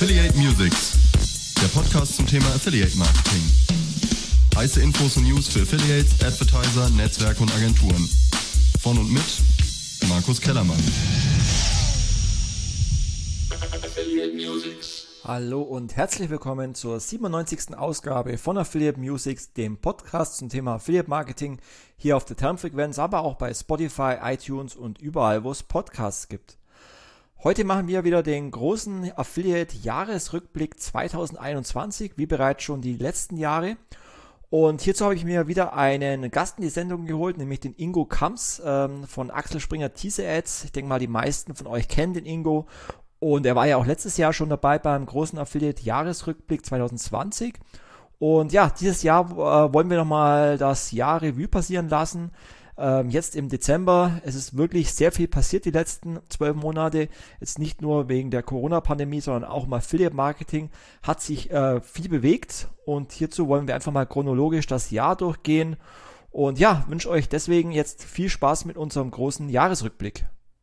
Affiliate Musics, der Podcast zum Thema Affiliate Marketing. Heiße Infos und News für Affiliates, Advertiser, Netzwerke und Agenturen. Von und mit Markus Kellermann. Affiliate Musics. Hallo und herzlich willkommen zur 97. Ausgabe von Affiliate Musics, dem Podcast zum Thema Affiliate Marketing, hier auf der Termfrequenz, aber auch bei Spotify, iTunes und überall, wo es Podcasts gibt. Heute machen wir wieder den großen Affiliate-Jahresrückblick 2021, wie bereits schon die letzten Jahre. Und hierzu habe ich mir wieder einen Gast in die Sendung geholt, nämlich den Ingo Kamps von Axel Springer Teaser Ads. Ich denke mal, die meisten von euch kennen den Ingo. Und er war ja auch letztes Jahr schon dabei beim großen Affiliate-Jahresrückblick 2020. Und ja, dieses Jahr wollen wir nochmal das Jahr Revue passieren lassen. Jetzt im Dezember, es ist wirklich sehr viel passiert die letzten 12 Monate. Jetzt nicht nur wegen der Corona-Pandemie, sondern auch im Affiliate-Marketing hat sich viel bewegt. Und hierzu wollen wir einfach mal chronologisch das Jahr durchgehen. Und ja, wünsche euch deswegen jetzt viel Spaß mit unserem großen Jahresrückblick.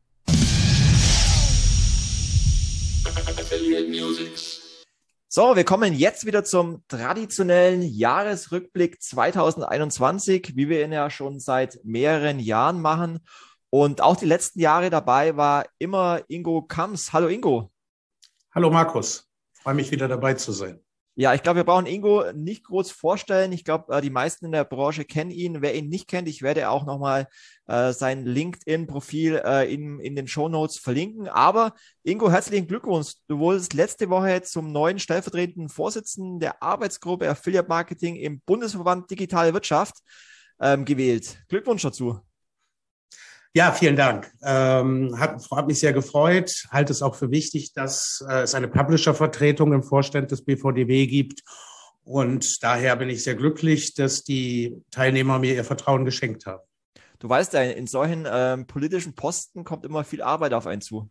Affiliate Musics. So, wir kommen jetzt wieder zum traditionellen Jahresrückblick 2021, wie wir ihn ja schon seit mehreren Jahren machen. Und auch die letzten Jahre dabei war immer Ingo Kamps. Hallo Ingo. Hallo Markus, freue mich wieder dabei zu sein. Ja, ich glaube, wir brauchen Ingo nicht groß vorstellen. Ich glaube, die meisten in der Branche kennen ihn. Wer ihn nicht kennt, ich werde auch nochmal sein LinkedIn-Profil in den Shownotes verlinken. Aber Ingo, herzlichen Glückwunsch. Du wurdest letzte Woche zum neuen stellvertretenden Vorsitzenden der Arbeitsgruppe Affiliate Marketing im Bundesverband Digitale Wirtschaft gewählt. Glückwunsch dazu. Ja, vielen Dank. Hat mich sehr gefreut. Halte es auch für wichtig, dass es eine Publisher-Vertretung im Vorstand des BVDW gibt. Und daher bin ich sehr glücklich, dass die Teilnehmer mir ihr Vertrauen geschenkt haben. Du weißt ja, in solchen politischen Posten kommt immer viel Arbeit auf einen zu.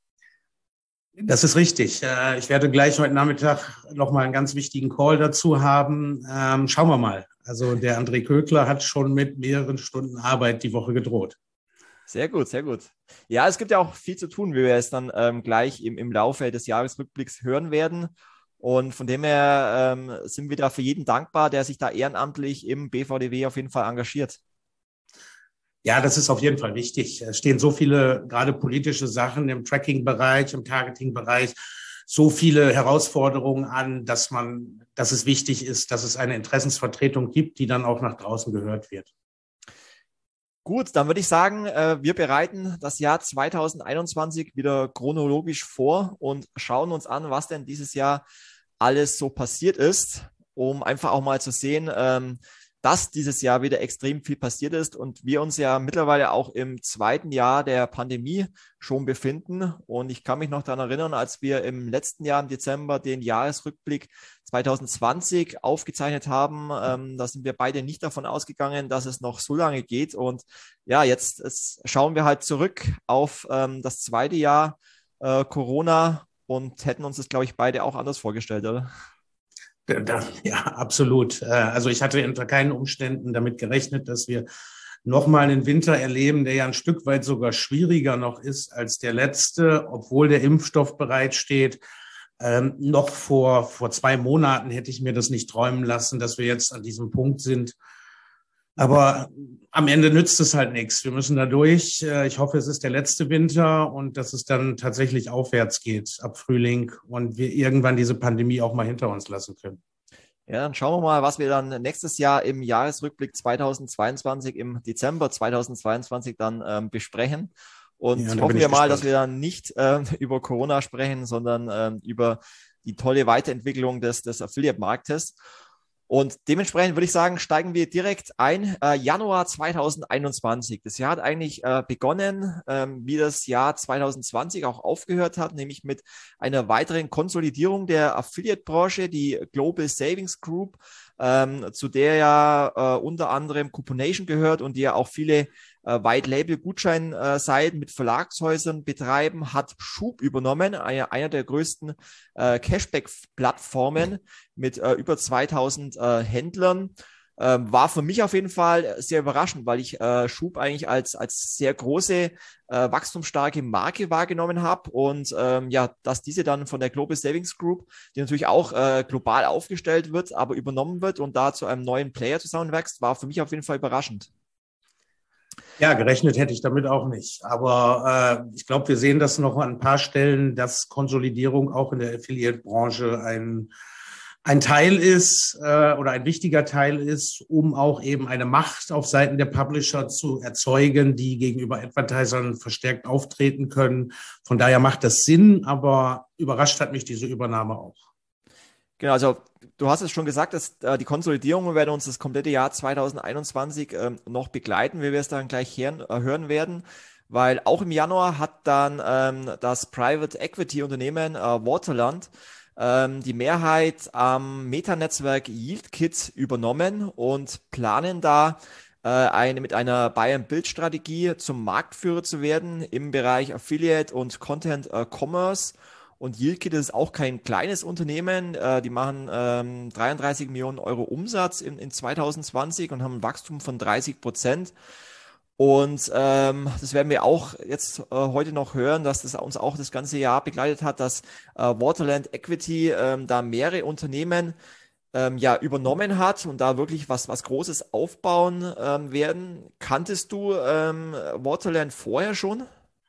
Das ist richtig. Ich werde gleich heute Nachmittag nochmal einen ganz wichtigen Call dazu haben. Schauen wir mal. Also der André Kögler hat schon mit mehreren Stunden Arbeit die Woche gedroht. Sehr gut, sehr gut. Ja, es gibt ja auch viel zu tun, wie wir es dann gleich im Laufe des Jahresrückblicks hören werden. Und von dem her sind wir da für jeden dankbar, der sich da ehrenamtlich im BVDW auf jeden Fall engagiert. Ja, das ist auf jeden Fall wichtig. Es stehen so viele gerade politische Sachen im Tracking-Bereich, im Targeting-Bereich, so viele Herausforderungen an, dass es wichtig ist, dass es eine Interessensvertretung gibt, die dann auch nach draußen gehört wird. Gut, dann würde ich sagen, wir bereiten das Jahr 2021 wieder chronologisch vor und schauen uns an, was denn dieses Jahr alles so passiert ist, um einfach auch mal zu sehen, dass dieses Jahr wieder extrem viel passiert ist und wir uns ja mittlerweile auch im zweiten Jahr der Pandemie schon befinden. Und ich kann mich noch daran erinnern, als wir im letzten Jahr im Dezember den Jahresrückblick 2020 aufgezeichnet haben, da sind wir beide nicht davon ausgegangen, dass es noch so lange geht. Und ja, jetzt schauen wir halt zurück auf das zweite Jahr Corona und hätten uns das, glaube ich, beide auch anders vorgestellt, oder? Ja, absolut. Also ich hatte unter keinen Umständen damit gerechnet, dass wir nochmal einen Winter erleben, der ja ein Stück weit sogar schwieriger noch ist als der letzte, obwohl der Impfstoff bereitsteht. Noch vor 2 Monaten hätte ich mir das nicht träumen lassen, dass wir jetzt an diesem Punkt sind. Aber am Ende nützt es halt nichts. Wir müssen da durch. Ich hoffe, es ist der letzte Winter und dass es dann tatsächlich aufwärts geht ab Frühling und wir irgendwann diese Pandemie auch mal hinter uns lassen können. Ja, dann schauen wir mal, was wir dann nächstes Jahr im Jahresrückblick 2022, im Dezember 2022 dann besprechen. Und ja, hoffen wir mal, dass wir dann nicht über Corona sprechen, sondern über die tolle Weiterentwicklung des Affiliate-Marktes. Und dementsprechend würde ich sagen, steigen wir direkt ein. Januar 2021. Das Jahr hat eigentlich begonnen, wie das Jahr 2020 auch aufgehört hat, nämlich mit einer weiteren Konsolidierung der Affiliate-Branche, die Global Savings Group, zu der ja unter anderem Cuponation gehört und die ja auch viele White-Label-Gutscheinseiten mit Verlagshäusern betreiben, hat Schub übernommen, einer der größten Cashback-Plattformen mit über 2000 Händlern. War für mich auf jeden Fall sehr überraschend, weil ich Schub eigentlich als sehr große, wachstumsstarke Marke wahrgenommen habe und dass diese dann von der Global Savings Group, die natürlich auch global aufgestellt wird, aber übernommen wird und da zu einem neuen Player zusammenwächst, war für mich auf jeden Fall überraschend. Ja, gerechnet hätte ich damit auch nicht. Aber ich glaube, wir sehen das noch an ein paar Stellen, dass Konsolidierung auch in der Affiliate-Branche ein Teil ist oder ein wichtiger Teil ist, um auch eben eine Macht auf Seiten der Publisher zu erzeugen, die gegenüber Advertisern verstärkt auftreten können. Von daher macht das Sinn, aber überrascht hat mich diese Übernahme auch. Genau, also du hast es schon gesagt, dass die Konsolidierungen werden uns das komplette Jahr 2021 noch begleiten, wie wir es dann gleich hören werden, weil auch im Januar hat dann das Private Equity Unternehmen Waterland die Mehrheit am Meta-Netzwerk YieldKit übernommen und planen da mit einer Buy-and-Build-Strategie zum Marktführer zu werden im Bereich Affiliate und Content Commerce. Und YieldKit ist auch kein kleines Unternehmen. Die machen 33 Millionen Euro Umsatz in 2020 und haben ein Wachstum von 30%. Und das werden wir auch jetzt heute noch hören, dass das uns auch das ganze Jahr begleitet hat, dass Waterland Equity da mehrere Unternehmen übernommen hat und da wirklich was Großes aufbauen werden. Kanntest du Waterland vorher schon?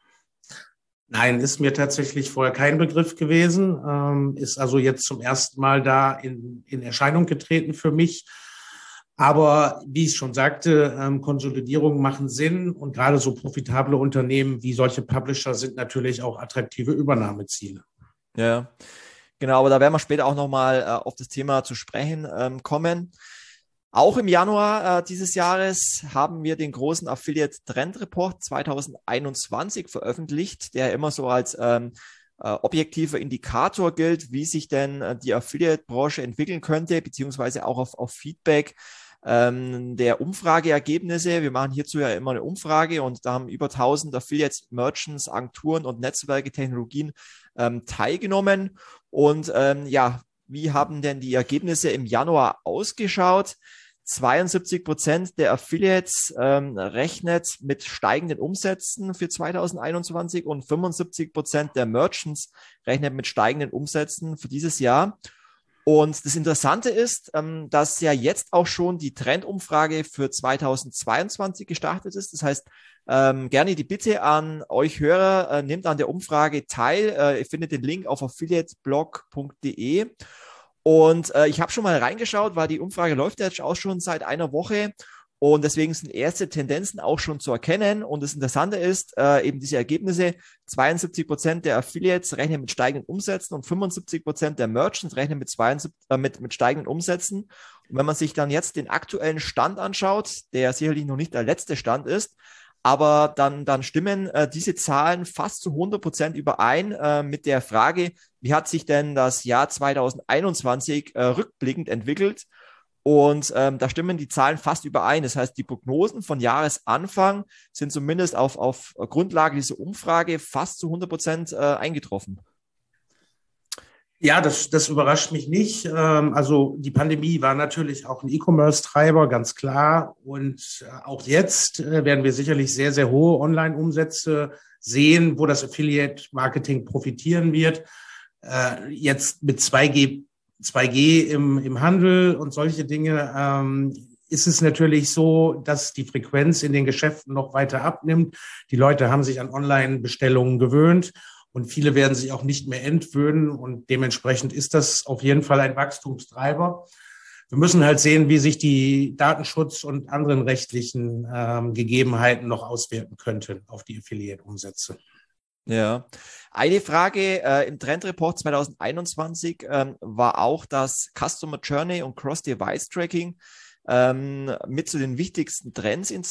Nein, ist mir tatsächlich vorher kein Begriff gewesen, ist also jetzt zum ersten Mal da in Erscheinung getreten für mich. Aber wie ich schon sagte, Konsolidierungen machen Sinn und gerade so profitable Unternehmen wie solche Publisher sind natürlich auch attraktive Übernahmeziele. Ja, genau, aber da werden wir später auch nochmal auf das Thema zu sprechen kommen. Auch im Januar dieses Jahres haben wir den großen Affiliate Trend Report 2021 veröffentlicht, der immer so als objektiver Indikator gilt, wie sich denn die Affiliate-Branche entwickeln könnte, beziehungsweise auch auf Feedback der Umfrageergebnisse. Wir machen hierzu ja immer eine Umfrage und da haben über 1000 Affiliates, Merchants, Agenturen und Netzwerke, Technologien teilgenommen. Und wie haben denn die Ergebnisse im Januar ausgeschaut? 72% der Affiliates rechnet mit steigenden Umsätzen für 2021 und 75% der Merchants rechnet mit steigenden Umsätzen für dieses Jahr. Und das Interessante ist, dass ja jetzt auch schon die Trendumfrage für 2022 gestartet ist. Das heißt, gerne die Bitte an euch Hörer, nehmt an der Umfrage teil. Ihr findet den Link auf affiliateblog.de. Und ich habe schon mal reingeschaut, weil die Umfrage läuft jetzt auch schon seit einer Woche. Und deswegen sind erste Tendenzen auch schon zu erkennen. Und das Interessante ist, eben diese Ergebnisse, 72% der Affiliates rechnen mit steigenden Umsätzen und 75% der Merchants rechnen mit steigenden Umsätzen. Und wenn man sich dann jetzt den aktuellen Stand anschaut, der sicherlich noch nicht der letzte Stand ist, aber dann stimmen diese Zahlen fast zu 100% überein mit der Frage, wie hat sich denn das Jahr 2021 rückblickend entwickelt? Und da stimmen die Zahlen fast überein. Das heißt, die Prognosen von Jahresanfang sind zumindest auf Grundlage dieser Umfrage fast zu 100% eingetroffen. Ja, das überrascht mich nicht. Also die Pandemie war natürlich auch ein E-Commerce-Treiber, ganz klar. Und auch jetzt werden wir sicherlich sehr, sehr hohe Online-Umsätze sehen, wo das Affiliate-Marketing profitieren wird. Jetzt mit 2G im Handel und solche Dinge ist es natürlich so, dass die Frequenz in den Geschäften noch weiter abnimmt. Die Leute haben sich an Online-Bestellungen gewöhnt und viele werden sich auch nicht mehr entwöhnen und dementsprechend ist das auf jeden Fall ein Wachstumstreiber. Wir müssen halt sehen, wie sich die Datenschutz- und anderen rechtlichen Gegebenheiten noch auswirken könnten auf die Affiliate-Umsätze. Ja, eine Frage im Trendreport 2021 war auch, dass Customer Journey und Cross-Device Tracking mit zu den wichtigsten Trends in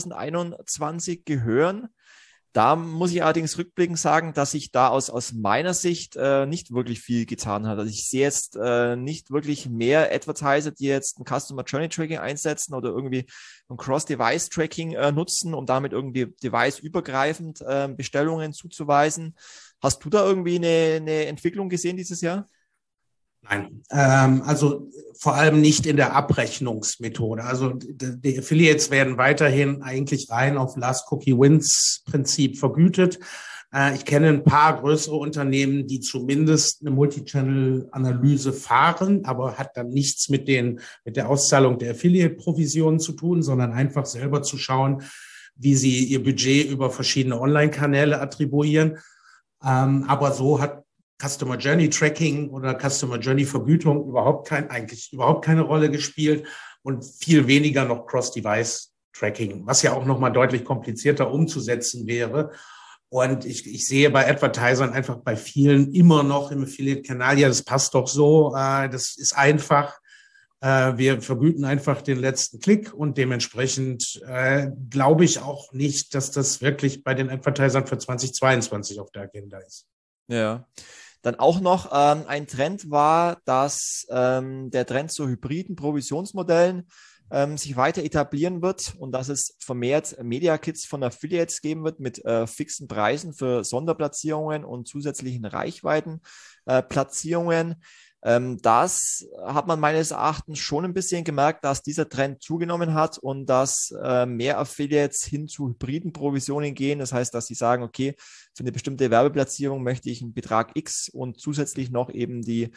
2021 gehören. Da muss ich allerdings rückblickend sagen, dass sich da aus meiner Sicht nicht wirklich viel getan hat. Also ich sehe jetzt nicht wirklich mehr Advertiser, die jetzt ein Customer Journey Tracking einsetzen oder irgendwie ein Cross-Device Tracking nutzen, um damit irgendwie device-übergreifend Bestellungen zuzuweisen. Hast du da irgendwie eine Entwicklung gesehen dieses Jahr? Nein, also vor allem nicht in der Abrechnungsmethode. Also die Affiliates werden weiterhin eigentlich rein auf Last Cookie Wins Prinzip vergütet. Ich kenne ein paar größere Unternehmen, die zumindest eine Multichannel-Analyse fahren, aber hat dann nichts mit der Auszahlung der Affiliate-Provisionen zu tun, sondern einfach selber zu schauen, wie sie ihr Budget über verschiedene Online-Kanäle attribuieren. Aber so hat Customer Journey Tracking oder Customer Journey Vergütung eigentlich überhaupt keine Rolle gespielt und viel weniger noch Cross-Device Tracking, was ja auch nochmal deutlich komplizierter umzusetzen wäre. Und ich sehe bei Advertisern einfach bei vielen immer noch im Affiliate-Kanal, ja, das passt doch so, das ist einfach. Wir vergüten einfach den letzten Klick und dementsprechend glaube ich auch nicht, dass das wirklich bei den Advertisern für 2022 auf der Agenda ist. Ja. Dann auch noch ein Trend war, dass der Trend zu hybriden Provisionsmodellen sich weiter etablieren wird und dass es vermehrt Media Kits von Affiliates geben wird mit fixen Preisen für Sonderplatzierungen und zusätzlichen Reichweitenplatzierungen. Das hat man meines Erachtens schon ein bisschen gemerkt, dass dieser Trend zugenommen hat und dass mehr Affiliates hin zu hybriden Provisionen gehen. Das heißt, dass sie sagen, okay, für eine bestimmte Werbeplatzierung möchte ich einen Betrag X und zusätzlich noch eben die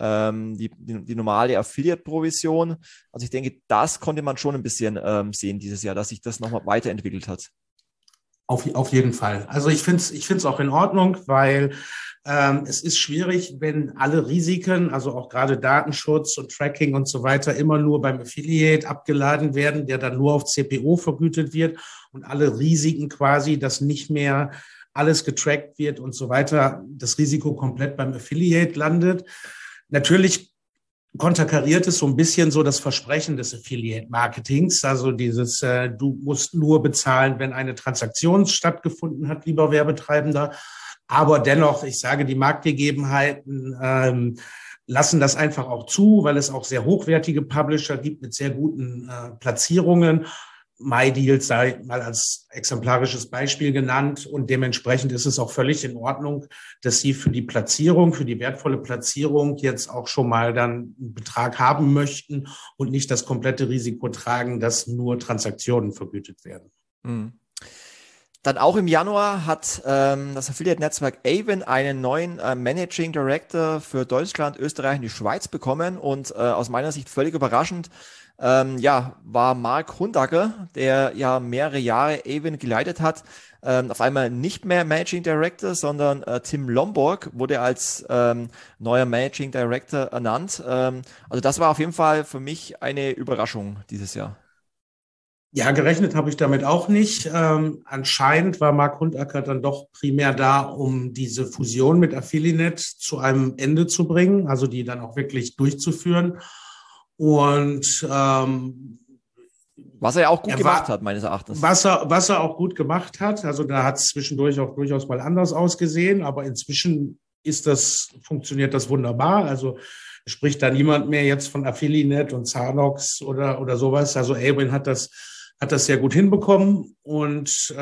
normale Affiliate-Provision. Also ich denke, das konnte man schon ein bisschen sehen dieses Jahr, dass sich das nochmal weiterentwickelt hat. Auf jeden Fall. Also ich finde es auch in Ordnung, weil es ist schwierig, wenn alle Risiken, also auch gerade Datenschutz und Tracking und so weiter, immer nur beim Affiliate abgeladen werden, der dann nur auf CPO vergütet wird und alle Risiken quasi, dass nicht mehr alles getrackt wird und so weiter, das Risiko komplett beim Affiliate landet. Natürlich konterkariert es so ein bisschen so das Versprechen des Affiliate-Marketings, also dieses, du musst nur bezahlen, wenn eine Transaktion stattgefunden hat, lieber Werbetreibender. Aber dennoch, ich sage, die Marktgegebenheiten lassen das einfach auch zu, weil es auch sehr hochwertige Publisher gibt mit sehr guten Platzierungen. MyDeals sei mal als exemplarisches Beispiel genannt und dementsprechend ist es auch völlig in Ordnung, dass Sie für die Platzierung, für die wertvolle Platzierung jetzt auch schon mal dann einen Betrag haben möchten und nicht das komplette Risiko tragen, dass nur Transaktionen vergütet werden. Mhm. Dann auch im Januar hat das Affiliate-Netzwerk Avon einen neuen Managing Director für Deutschland, Österreich und die Schweiz bekommen und aus meiner Sicht völlig überraschend war Mark Hundacker, der ja mehrere Jahre Avon geleitet hat, auf einmal nicht mehr Managing Director, sondern Tim Lomborg wurde als neuer Managing Director ernannt. Also das war auf jeden Fall für mich eine Überraschung dieses Jahr. Ja, gerechnet habe ich damit auch nicht. Anscheinend war Mark Hundacker dann doch primär da, um diese Fusion mit Affiliate zu einem Ende zu bringen, also die dann auch wirklich durchzuführen. Und was er ja auch gut gemacht hat, meines Erachtens. Was er auch gut gemacht hat, also da hat es zwischendurch auch durchaus mal anders ausgesehen, aber inzwischen funktioniert das wunderbar. Also spricht da niemand mehr jetzt von Affiliate und Zanox oder sowas. Also Avon hat das sehr gut hinbekommen und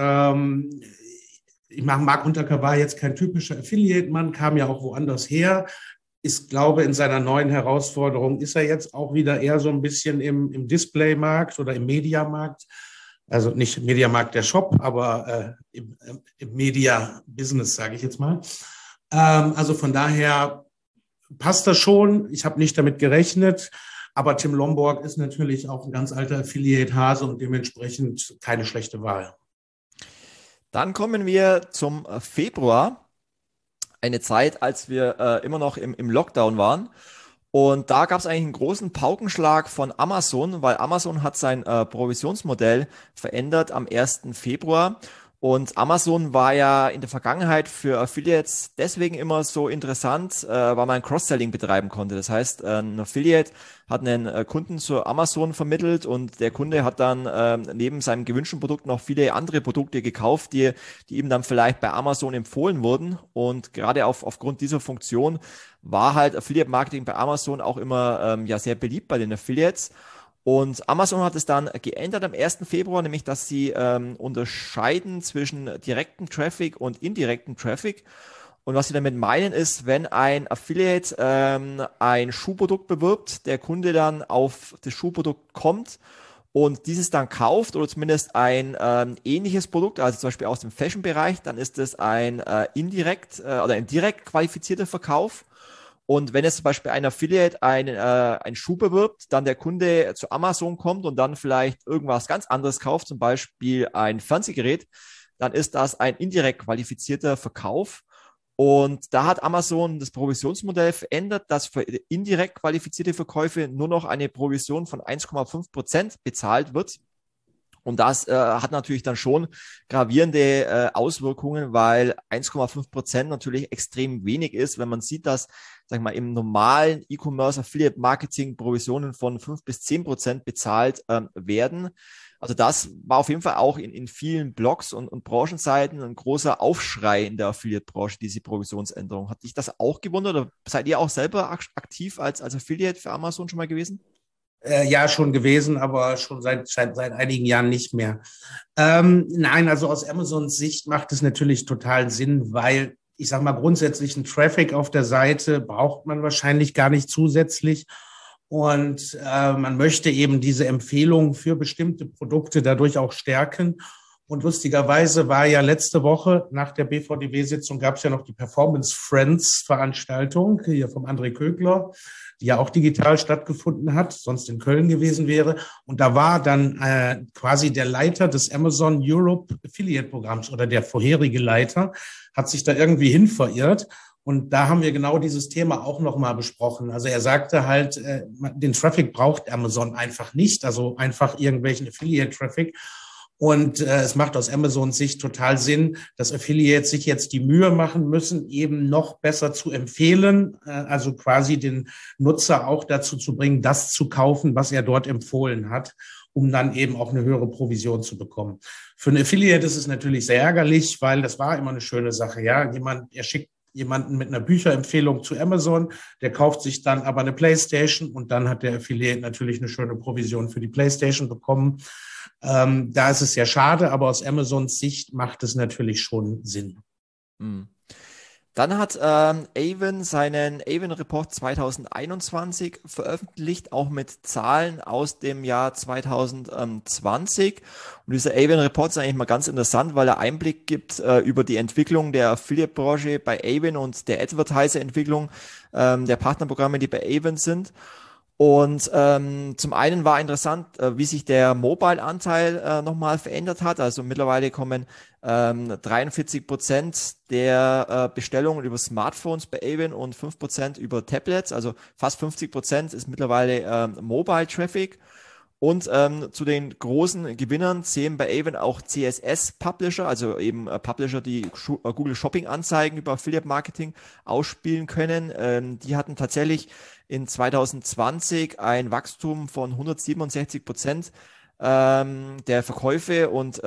Mark Hundacker war jetzt kein typischer Affiliate-Mann, kam ja auch woanders her. Glaube, in seiner neuen Herausforderung ist er jetzt auch wieder eher so ein bisschen im Display-Markt oder im Mediamarkt. Also nicht im Mediamarkt der Shop, aber im Media-Business, sage ich jetzt mal. Also von daher passt das schon. Ich habe nicht damit gerechnet. Aber Tim Lomborg ist natürlich auch ein ganz alter Affiliate-Hase und dementsprechend keine schlechte Wahl. Dann kommen wir zum Februar. Eine Zeit, als wir immer noch im Lockdown waren. Und da gab es eigentlich einen großen Paukenschlag von Amazon, weil Amazon hat sein Provisionsmodell verändert am 1. Februar. Und Amazon war ja in der Vergangenheit für Affiliates deswegen immer so interessant, weil man Cross-Selling betreiben konnte. Das heißt, ein Affiliate hat einen Kunden zu Amazon vermittelt und der Kunde hat dann neben seinem gewünschten Produkt noch viele andere Produkte gekauft, die ihm dann vielleicht bei Amazon empfohlen wurden. Und gerade aufgrund dieser Funktion war halt Affiliate-Marketing bei Amazon auch immer sehr beliebt bei den Affiliates. Und Amazon hat es dann geändert am 1. Februar, nämlich dass sie unterscheiden zwischen direktem Traffic und indirektem Traffic. Und was sie damit meinen ist, wenn ein Affiliate ein Schuhprodukt bewirbt, der Kunde dann auf das Schuhprodukt kommt und dieses dann kauft oder zumindest ein ähnliches Produkt, also zum Beispiel aus dem Fashion-Bereich, dann ist es ein indirekt oder ein direkt qualifizierter Verkauf. Und wenn jetzt zum Beispiel ein Affiliate einen Schuh bewirbt, dann der Kunde zu Amazon kommt und dann vielleicht irgendwas ganz anderes kauft, zum Beispiel ein Fernsehgerät, dann ist das ein indirekt qualifizierter Verkauf. Und da hat Amazon das Provisionsmodell verändert, dass für indirekt qualifizierte Verkäufe nur noch eine Provision von 1,5% bezahlt wird. Und das hat natürlich dann schon gravierende Auswirkungen, weil 1,5% natürlich extrem wenig ist, wenn man sieht, dass, sag ich mal, im normalen E-Commerce Affiliate Marketing Provisionen von 5-10% bezahlt werden. Also das war auf jeden Fall auch in vielen Blogs und Branchenseiten ein großer Aufschrei in der Affiliate-Branche, diese Provisionsänderung. Hat dich das auch gewundert oder seid ihr auch selber aktiv als Affiliate für Amazon schon mal gewesen? Ja, schon gewesen, aber schon seit einigen Jahren nicht mehr. Nein, also aus Amazons Sicht macht es natürlich total Sinn, weil ich sage mal, grundsätzlichen Traffic auf der Seite braucht man wahrscheinlich gar nicht zusätzlich. Und man möchte eben diese Empfehlungen für bestimmte Produkte dadurch auch stärken. Und lustigerweise war ja letzte Woche nach der BVDW-Sitzung gab es ja noch die Performance Friends Veranstaltung hier vom André Kögler, die ja auch digital stattgefunden hat, sonst in Köln gewesen wäre. Und da war dann quasi der Leiter des Amazon Europe Affiliate Programms oder der vorherige Leiter hat sich da irgendwie hin verirrt. Und da haben wir genau dieses Thema auch nochmal besprochen. Also er sagte halt, den Traffic braucht Amazon einfach nicht, also einfach irgendwelchen Affiliate-Traffic. Und es macht aus Amazons Sicht total Sinn, dass Affiliates sich jetzt die Mühe machen müssen, eben noch besser zu empfehlen, also quasi den Nutzer auch dazu zu bringen, das zu kaufen, was er dort empfohlen hat, um dann eben auch eine höhere Provision zu bekommen. Für einen Affiliate ist es natürlich sehr ärgerlich, weil das war immer eine schöne Sache. Ja, er schickt jemanden mit einer Bücherempfehlung zu Amazon, der kauft sich dann aber eine PlayStation und dann hat der Affiliate natürlich eine schöne Provision für die PlayStation bekommen. Da ist es sehr schade, aber aus Amazons Sicht macht es natürlich schon Sinn. Mhm. Dann hat Avon seinen Avon Report 2021 veröffentlicht, auch mit Zahlen aus dem Jahr 2020. Und dieser Avon Report ist eigentlich mal ganz interessant, weil er Einblick gibt über die Entwicklung der Affiliate-Branche bei Avon und der Advertiser-Entwicklung der Partnerprogramme, die bei Avon sind. Und zum einen war interessant, wie sich der Mobile-Anteil nochmal verändert hat. Also mittlerweile kommen 43% der Bestellungen über Smartphones bei Avon und 5% über Tablets. Also fast 50% ist mittlerweile Mobile-Traffic. Und zu den großen Gewinnern zählen bei Avon auch CSS-Publisher, also eben Publisher, die Google Shopping-Anzeigen über Affiliate-Marketing ausspielen können. Die hatten tatsächlich in 2020 ein Wachstum von 167% der Verkäufe und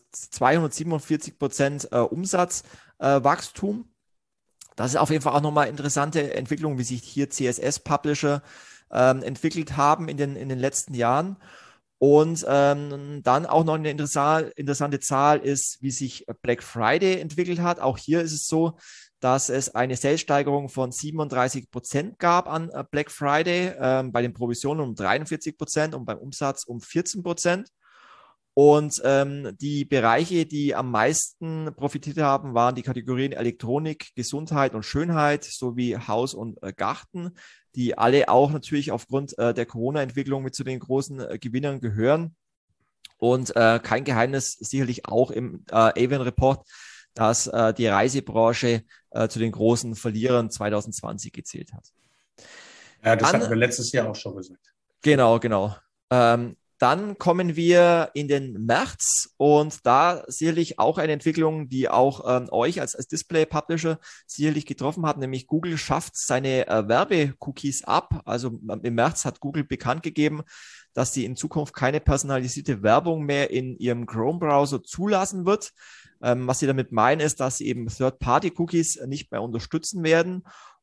247% Umsatzwachstum. Das ist auf jeden Fall auch nochmal interessante Entwicklung, wie sich hier CSS-Publisher entwickelt haben in den letzten Jahren. Und dann auch noch eine interessante Zahl ist, wie sich Black Friday entwickelt hat. Auch hier ist es so, dass es eine Sales-Steigerung von 37% gab an Black Friday, bei den Provisionen um 43% und beim Umsatz um 14%. Und die Bereiche, die am meisten profitiert haben, waren die Kategorien Elektronik, Gesundheit und Schönheit sowie Haus und Garten, die alle auch natürlich aufgrund der Corona-Entwicklung mit zu den großen Gewinnern gehören. Und kein Geheimnis, sicherlich auch im Avon-Report, dass die Reisebranche zu den großen Verlierern 2020 gezählt hat. Ja, das hatten wir letztes Jahr auch schon gesagt. Genau. Dann kommen wir in den März und da sicherlich auch eine Entwicklung, die auch euch als Display-Publisher sicherlich getroffen hat, nämlich Google schafft seine Werbe-Cookies ab. Also im März hat Google bekannt gegeben, dass sie in Zukunft keine personalisierte Werbung mehr in ihrem Chrome-Browser zulassen wird. Was sie damit meinen, ist, dass sie eben Third-Party-Cookies nicht mehr unterstützen werden.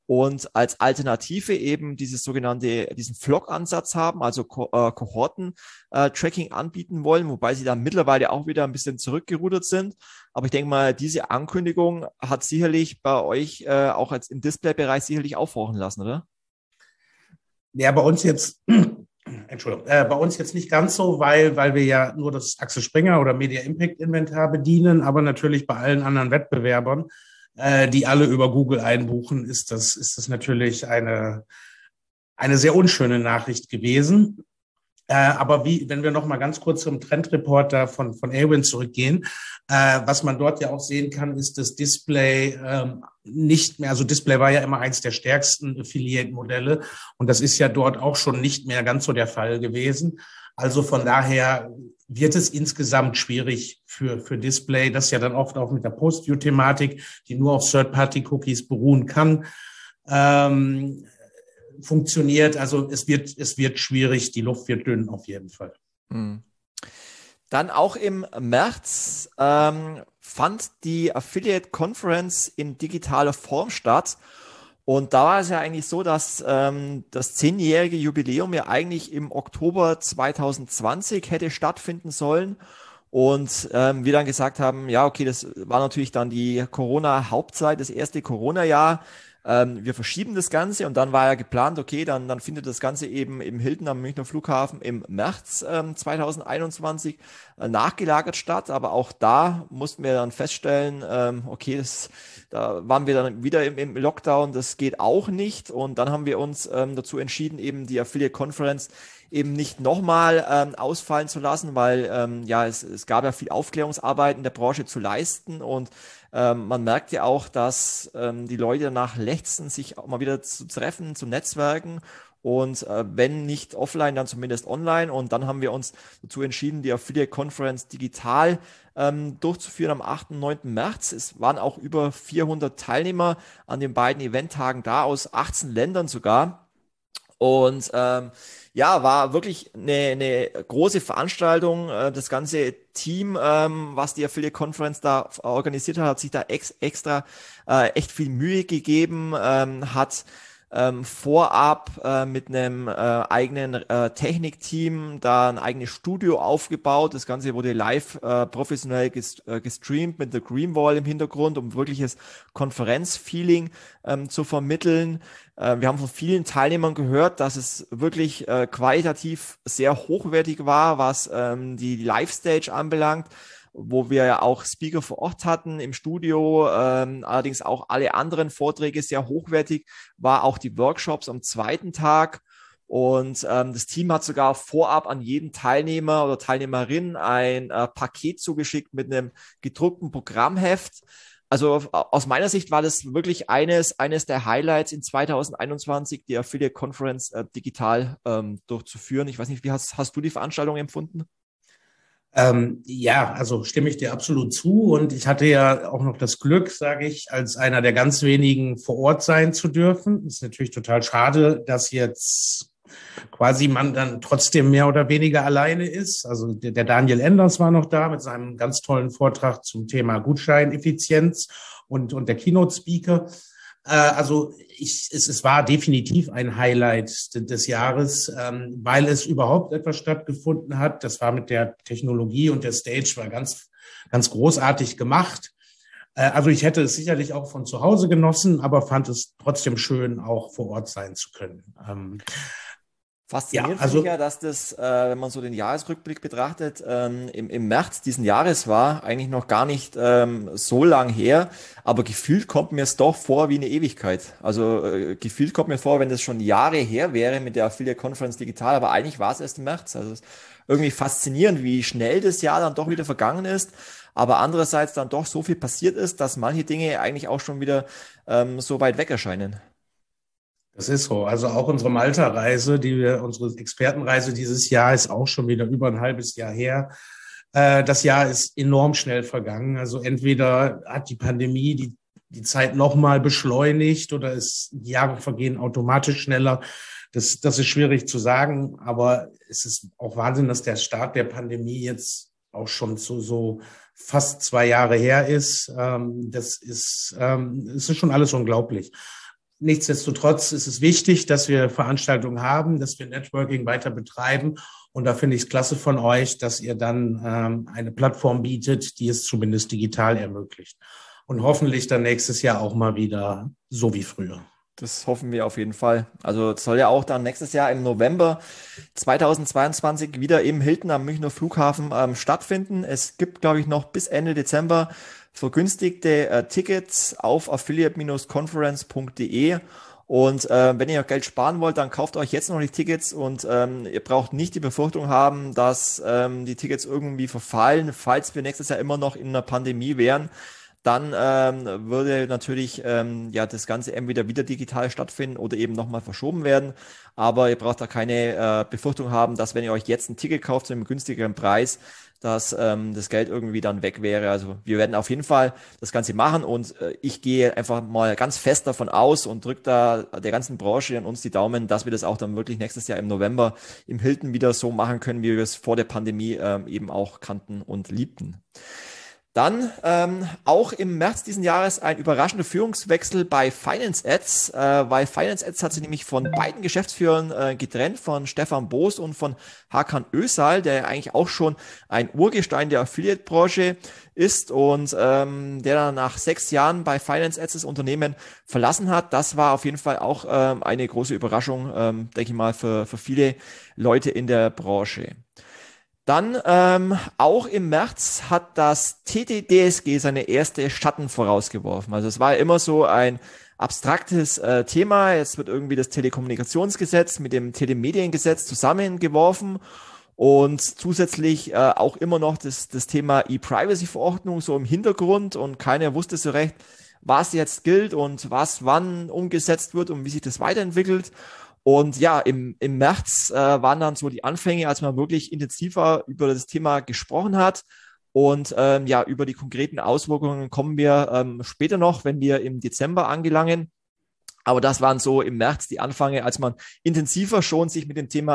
und als Alternative eben diesen Flock-Ansatz haben, also Kohorten-Tracking anbieten wollen, wobei sie dann mittlerweile auch wieder ein bisschen zurückgerudert sind. Aber ich denke mal, diese Ankündigung hat sicherlich bei euch auch als im Display-Bereich sicherlich aufhorchen lassen, oder? Ja, bei uns jetzt, Entschuldigung, bei uns jetzt nicht ganz so, weil wir ja nur das Axel Springer oder Media Impact Inventar bedienen, aber natürlich bei allen anderen Wettbewerbern, die alle über Google einbuchen, ist das natürlich eine sehr unschöne Nachricht gewesen. Aber wenn wir noch mal ganz kurz zum Trendreporter von Awin zurückgehen, was man dort ja auch sehen kann, ist das Display nicht mehr, also Display war ja immer eins der stärksten Affiliate-Modelle und das ist ja dort auch schon nicht mehr ganz so der Fall gewesen. Also von daher wird es insgesamt schwierig für Display, das ja dann oft auch mit der Post-View-Thematik, die nur auf Third-Party-Cookies beruhen kann, funktioniert. Also es wird schwierig, die Luft wird dünn auf jeden Fall. Dann auch im März fand die Affiliate Conference in digitaler Form statt. Und da war es ja eigentlich so, dass das 10-jährige Jubiläum ja eigentlich im Oktober 2020 hätte stattfinden sollen. Und wir dann gesagt haben, ja, okay, das war natürlich dann die Corona-Hauptzeit, das erste Corona-Jahr. Wir verschieben das Ganze und dann war ja geplant, okay, dann findet das Ganze eben im Hilton am Münchner Flughafen im März 2021 nachgelagert statt. Aber auch da mussten wir dann feststellen, okay, da waren wir dann wieder im Lockdown, das geht auch nicht. Und dann haben wir uns dazu entschieden, eben die Affiliate Conference eben nicht nochmal ausfallen zu lassen, weil ja es gab ja viel Aufklärungsarbeit in der Branche zu leisten und man merkt ja auch, dass die Leute danach lechzen, sich auch mal wieder zu treffen, zu netzwerken und wenn nicht offline, dann zumindest online. Und dann haben wir uns dazu entschieden, die Affiliate Conference digital durchzuführen am 8. und 9. März. Es waren auch über 400 Teilnehmer an den beiden Eventtagen da, aus 18 Ländern sogar. Und ja, war wirklich eine große Veranstaltung. Das ganze Team, was die Affiliate Conference da organisiert hat sich da extra echt viel Mühe gegeben, hat vorab mit einem eigenen Technikteam da ein eigenes Studio aufgebaut. Das Ganze wurde live professionell gestreamt mit der Green Wall im Hintergrund, um wirkliches Konferenzfeeling zu vermitteln. Wir haben von vielen Teilnehmern gehört, dass es wirklich qualitativ sehr hochwertig war, was die Live-Stage anbelangt, wo wir ja auch Speaker vor Ort hatten im Studio, allerdings auch alle anderen Vorträge sehr hochwertig, war auch die Workshops am zweiten Tag. Und das Team hat sogar vorab an jeden Teilnehmer oder Teilnehmerin ein Paket zugeschickt mit einem gedruckten Programmheft. Also aus meiner Sicht war das wirklich eines der Highlights in 2021, die Affiliate Conference digital durchzuführen. Ich weiß nicht, wie hast du die Veranstaltung empfunden? Ja, also stimme ich dir absolut zu. Und ich hatte ja auch noch das Glück, sage ich, als einer der ganz wenigen vor Ort sein zu dürfen. Ist natürlich total schade, dass jetzt quasi man dann trotzdem mehr oder weniger alleine ist. Also der Daniel Enders war noch da mit seinem ganz tollen Vortrag zum Thema Gutscheineffizienz und der Keynote-Speaker. Also es war definitiv ein Highlight des Jahres, weil es überhaupt etwas stattgefunden hat. Das war mit der Technologie und der Stage war ganz, ganz großartig gemacht. Also ich hätte es sicherlich auch von zu Hause genossen, aber fand es trotzdem schön, auch vor Ort sein zu können. Faszinierend finde ich ja, dass das, wenn man so den Jahresrückblick betrachtet, im März diesen Jahres war, eigentlich noch gar nicht so lang her, aber gefühlt kommt mir es doch vor wie eine Ewigkeit. Also gefühlt kommt mir vor, wenn das schon Jahre her wäre mit der Affiliate Conference digital, aber eigentlich war es erst im März. Also es ist irgendwie faszinierend, wie schnell das Jahr dann doch wieder vergangen ist, aber andererseits dann doch so viel passiert ist, dass manche Dinge eigentlich auch schon wieder so weit weg erscheinen. Das ist so. Also auch unsere Malta-Reise, unsere Expertenreise dieses Jahr ist auch schon wieder über ein halbes Jahr her. Das Jahr ist enorm schnell vergangen. Also entweder hat die Pandemie die Zeit nochmal beschleunigt oder die Jahre vergehen automatisch schneller. Das ist schwierig zu sagen, aber es ist auch Wahnsinn, dass der Start der Pandemie jetzt auch schon so fast 2 Jahre her ist. Es ist schon alles unglaublich. nichtsdestotrotz ist es wichtig, dass wir Veranstaltungen haben, dass wir Networking weiter betreiben. Und da finde ich es klasse von euch, dass ihr dann eine Plattform bietet, die es zumindest digital ermöglicht. Und hoffentlich dann nächstes Jahr auch mal wieder so wie früher. Das hoffen wir auf jeden Fall. Also es soll ja auch dann nächstes Jahr im November 2022 wieder im Hilton am Münchner Flughafen stattfinden. Es gibt, glaube ich, noch bis Ende Dezember vergünstigte Tickets auf affiliate-conference.de. Und wenn ihr Geld sparen wollt, dann kauft euch jetzt noch die Tickets und ihr braucht nicht die Befürchtung haben, dass die Tickets irgendwie verfallen, falls wir nächstes Jahr immer noch in einer Pandemie wären. Dann würde natürlich das Ganze entweder wieder digital stattfinden oder eben nochmal verschoben werden. Aber ihr braucht da keine Befürchtung haben, dass wenn ihr euch jetzt ein Ticket kauft zu einem günstigeren Preis, dass das Geld irgendwie dann weg wäre. Also wir werden auf jeden Fall das Ganze machen und ich gehe einfach mal ganz fest davon aus und drücke da der ganzen Branche und uns die Daumen, dass wir das auch dann wirklich nächstes Jahr im November im Hilton wieder so machen können, wie wir es vor der Pandemie eben auch kannten und liebten. Dann auch im März diesen Jahres ein überraschender Führungswechsel bei Finance Ads, weil Finance Ads hat sich nämlich von beiden Geschäftsführern getrennt, von Stefan Boos und von Hakan Özal, der eigentlich auch schon ein Urgestein der Affiliate-Branche ist und der dann nach 6 Jahren bei Finance Ads das Unternehmen verlassen hat. Das war auf jeden Fall auch eine große Überraschung, denke ich mal, für viele Leute in der Branche. Dann auch im März hat das TTDSG seine erste Schatten vorausgeworfen. Also es war ja immer so ein abstraktes Thema. Jetzt wird irgendwie das Telekommunikationsgesetz mit dem Telemediengesetz zusammengeworfen und zusätzlich auch immer noch das Thema E-Privacy-Verordnung so im Hintergrund und keiner wusste so recht, was jetzt gilt und was wann umgesetzt wird und wie sich das weiterentwickelt. Und ja, im März waren dann so die Anfänge, als man wirklich intensiver über das Thema gesprochen hat. Und über die konkreten Auswirkungen kommen wir später noch, wenn wir im Dezember angelangen. Aber das waren so im März die Anfänge, als man intensiver schon sich mit dem Thema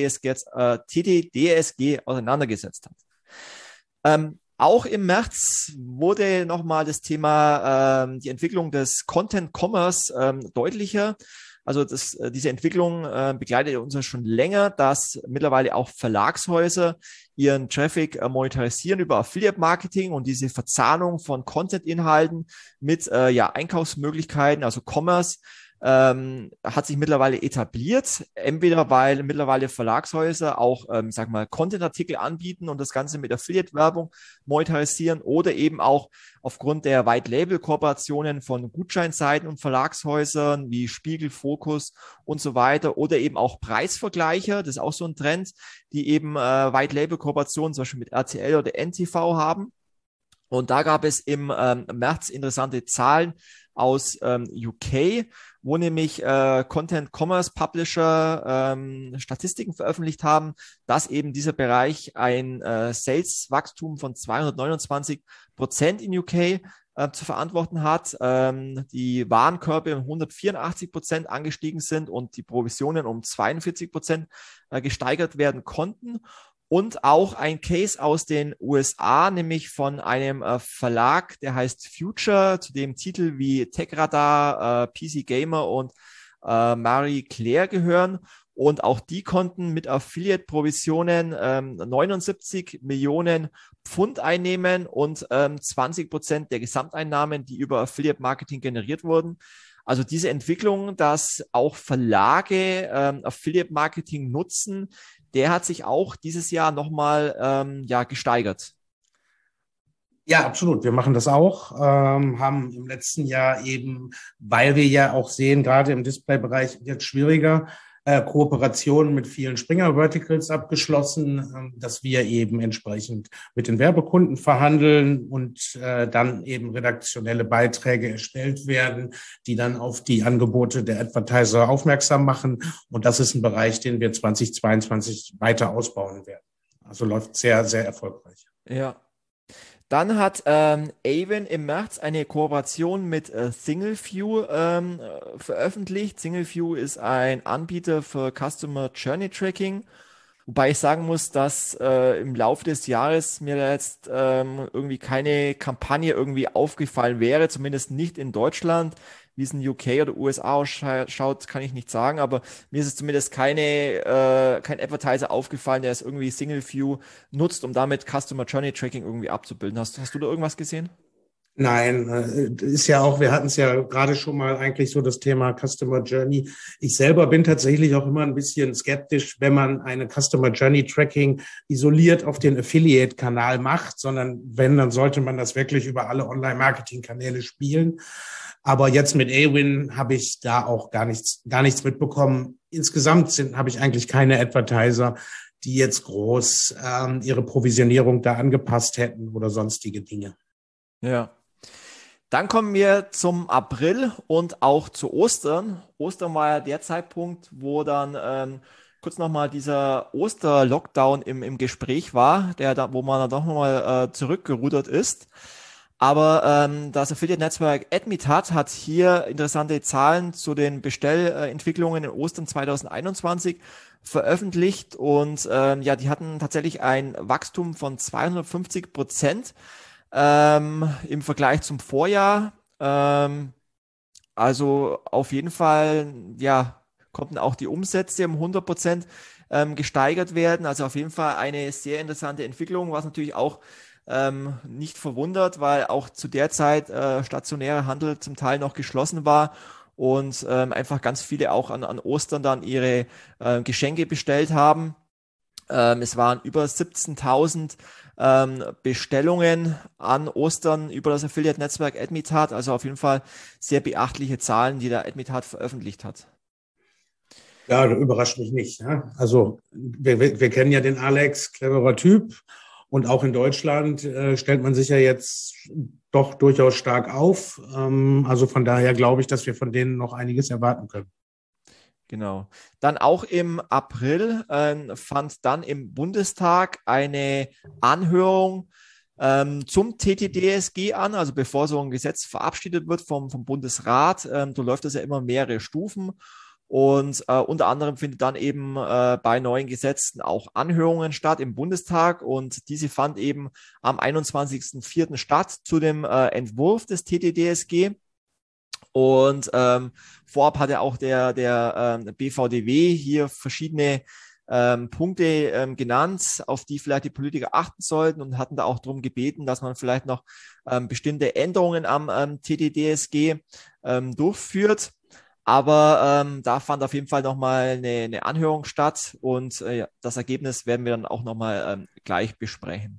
TTDSG auseinandergesetzt hat. Auch im März wurde nochmal das Thema die Entwicklung des Content Commerce deutlicher. Also diese Entwicklung begleitet uns ja schon länger, dass mittlerweile auch Verlagshäuser ihren Traffic monetarisieren über Affiliate-Marketing und diese Verzahnung von Content-Inhalten mit Einkaufsmöglichkeiten, also Commerce, hat sich mittlerweile etabliert, entweder weil mittlerweile Verlagshäuser auch, Content-Artikel anbieten und das Ganze mit Affiliate-Werbung monetarisieren oder eben auch aufgrund der White-Label-Kooperationen von Gutscheinseiten und Verlagshäusern wie Spiegel, Focus und so weiter oder eben auch Preisvergleicher, das ist auch so ein Trend, die eben White-Label-Kooperationen zum Beispiel mit RTL oder NTV haben. Und da gab es im März interessante Zahlen aus UK, wo nämlich Content Commerce Publisher Statistiken veröffentlicht haben, dass eben dieser Bereich ein Sales-Wachstum von 229% in UK zu verantworten hat, die Warenkörbe um 184% angestiegen sind und die Provisionen um 42% gesteigert werden konnten. Und auch ein Case aus den USA, nämlich von einem Verlag, der heißt Future, zu dem Titel wie TechRadar, PC Gamer und Marie Claire gehören. Und auch die konnten mit Affiliate-Provisionen 79 Millionen Pfund einnehmen und 20% der Gesamteinnahmen, die über Affiliate-Marketing generiert wurden. Also diese Entwicklung, dass auch Verlage Affiliate-Marketing nutzen, der hat sich auch dieses Jahr nochmal gesteigert. Ja, absolut. Wir machen das auch, haben im letzten Jahr eben, weil wir ja auch sehen, gerade im Displaybereich wird schwieriger, Kooperationen mit vielen Springer-Verticals abgeschlossen, dass wir eben entsprechend mit den Werbekunden verhandeln und dann eben redaktionelle Beiträge erstellt werden, die dann auf die Angebote der Advertiser aufmerksam machen. Und das ist ein Bereich, den wir 2022 weiter ausbauen werden. Also läuft sehr, sehr erfolgreich. Ja. Dann hat Avon im März eine Kooperation mit SingleView veröffentlicht. SingleView ist ein Anbieter für Customer Journey Tracking, Wobei ich sagen muss, dass im Laufe des Jahres mir da jetzt irgendwie keine Kampagne irgendwie aufgefallen wäre, zumindest nicht in Deutschland. Wie es in UK oder USA ausschaut, kann ich nicht sagen, aber mir ist es zumindest kein Advertiser aufgefallen, der es irgendwie Single View nutzt, um damit Customer Journey Tracking irgendwie abzubilden. Hast du da irgendwas gesehen? Nein, ist ja auch, wir hatten es ja gerade schon mal eigentlich so das Thema Customer Journey. Ich selber bin tatsächlich auch immer ein bisschen skeptisch, wenn man eine Customer Journey Tracking isoliert auf den Affiliate-Kanal macht, sondern wenn, dann sollte man das wirklich über alle Online-Marketing-Kanäle spielen. Aber jetzt mit Awin habe ich da auch gar nichts mitbekommen. Insgesamt habe ich eigentlich keine Advertiser, die jetzt groß ihre Provisionierung da angepasst hätten oder sonstige Dinge. Ja. Dann kommen wir zum April und auch zu Ostern. Ostern war ja der Zeitpunkt, wo dann kurz nochmal dieser Oster-Lockdown im Gespräch war, wo man dann doch nochmal zurückgerudert ist. Aber das Affiliate-Netzwerk Admitat hat hier interessante Zahlen zu den Bestellentwicklungen in Ostern 2021 veröffentlicht und ja, die hatten tatsächlich ein Wachstum von 250% im Vergleich zum Vorjahr. Also auf jeden Fall, ja, konnten auch die Umsätze um 100% gesteigert werden. Also auf jeden Fall eine sehr interessante Entwicklung, was natürlich auch nicht verwundert, weil auch zu der Zeit stationärer Handel zum Teil noch geschlossen war und einfach ganz viele auch an Ostern dann ihre Geschenke bestellt haben. Es waren über 17.000 Bestellungen an Ostern über das Affiliate-Netzwerk Admitat, also auf jeden Fall sehr beachtliche Zahlen, die der Admitat veröffentlicht hat. Ja, überrascht mich nicht. Ja? Also wir kennen ja den Alex, cleverer Typ. Und auch in Deutschland stellt man sich ja jetzt doch durchaus stark auf. Also von daher glaube ich, dass wir von denen noch einiges erwarten können. Genau. Dann auch im April fand dann im Bundestag eine Anhörung zum TTDSG an, also bevor so ein Gesetz verabschiedet wird vom Bundesrat. Läuft das ja immer mehrere Stufen. Und unter anderem findet dann eben bei neuen Gesetzen auch Anhörungen statt im Bundestag. Und diese fand eben am 21.04. statt zu dem Entwurf des TTDSG. Und vorab hatte auch der BVDW hier verschiedene Punkte genannt, auf die vielleicht die Politiker achten sollten und hatten da auch darum gebeten, dass man vielleicht noch bestimmte Änderungen am TTDSG durchführt. Aber da fand auf jeden Fall nochmal eine Anhörung statt und das Ergebnis werden wir dann auch nochmal gleich besprechen.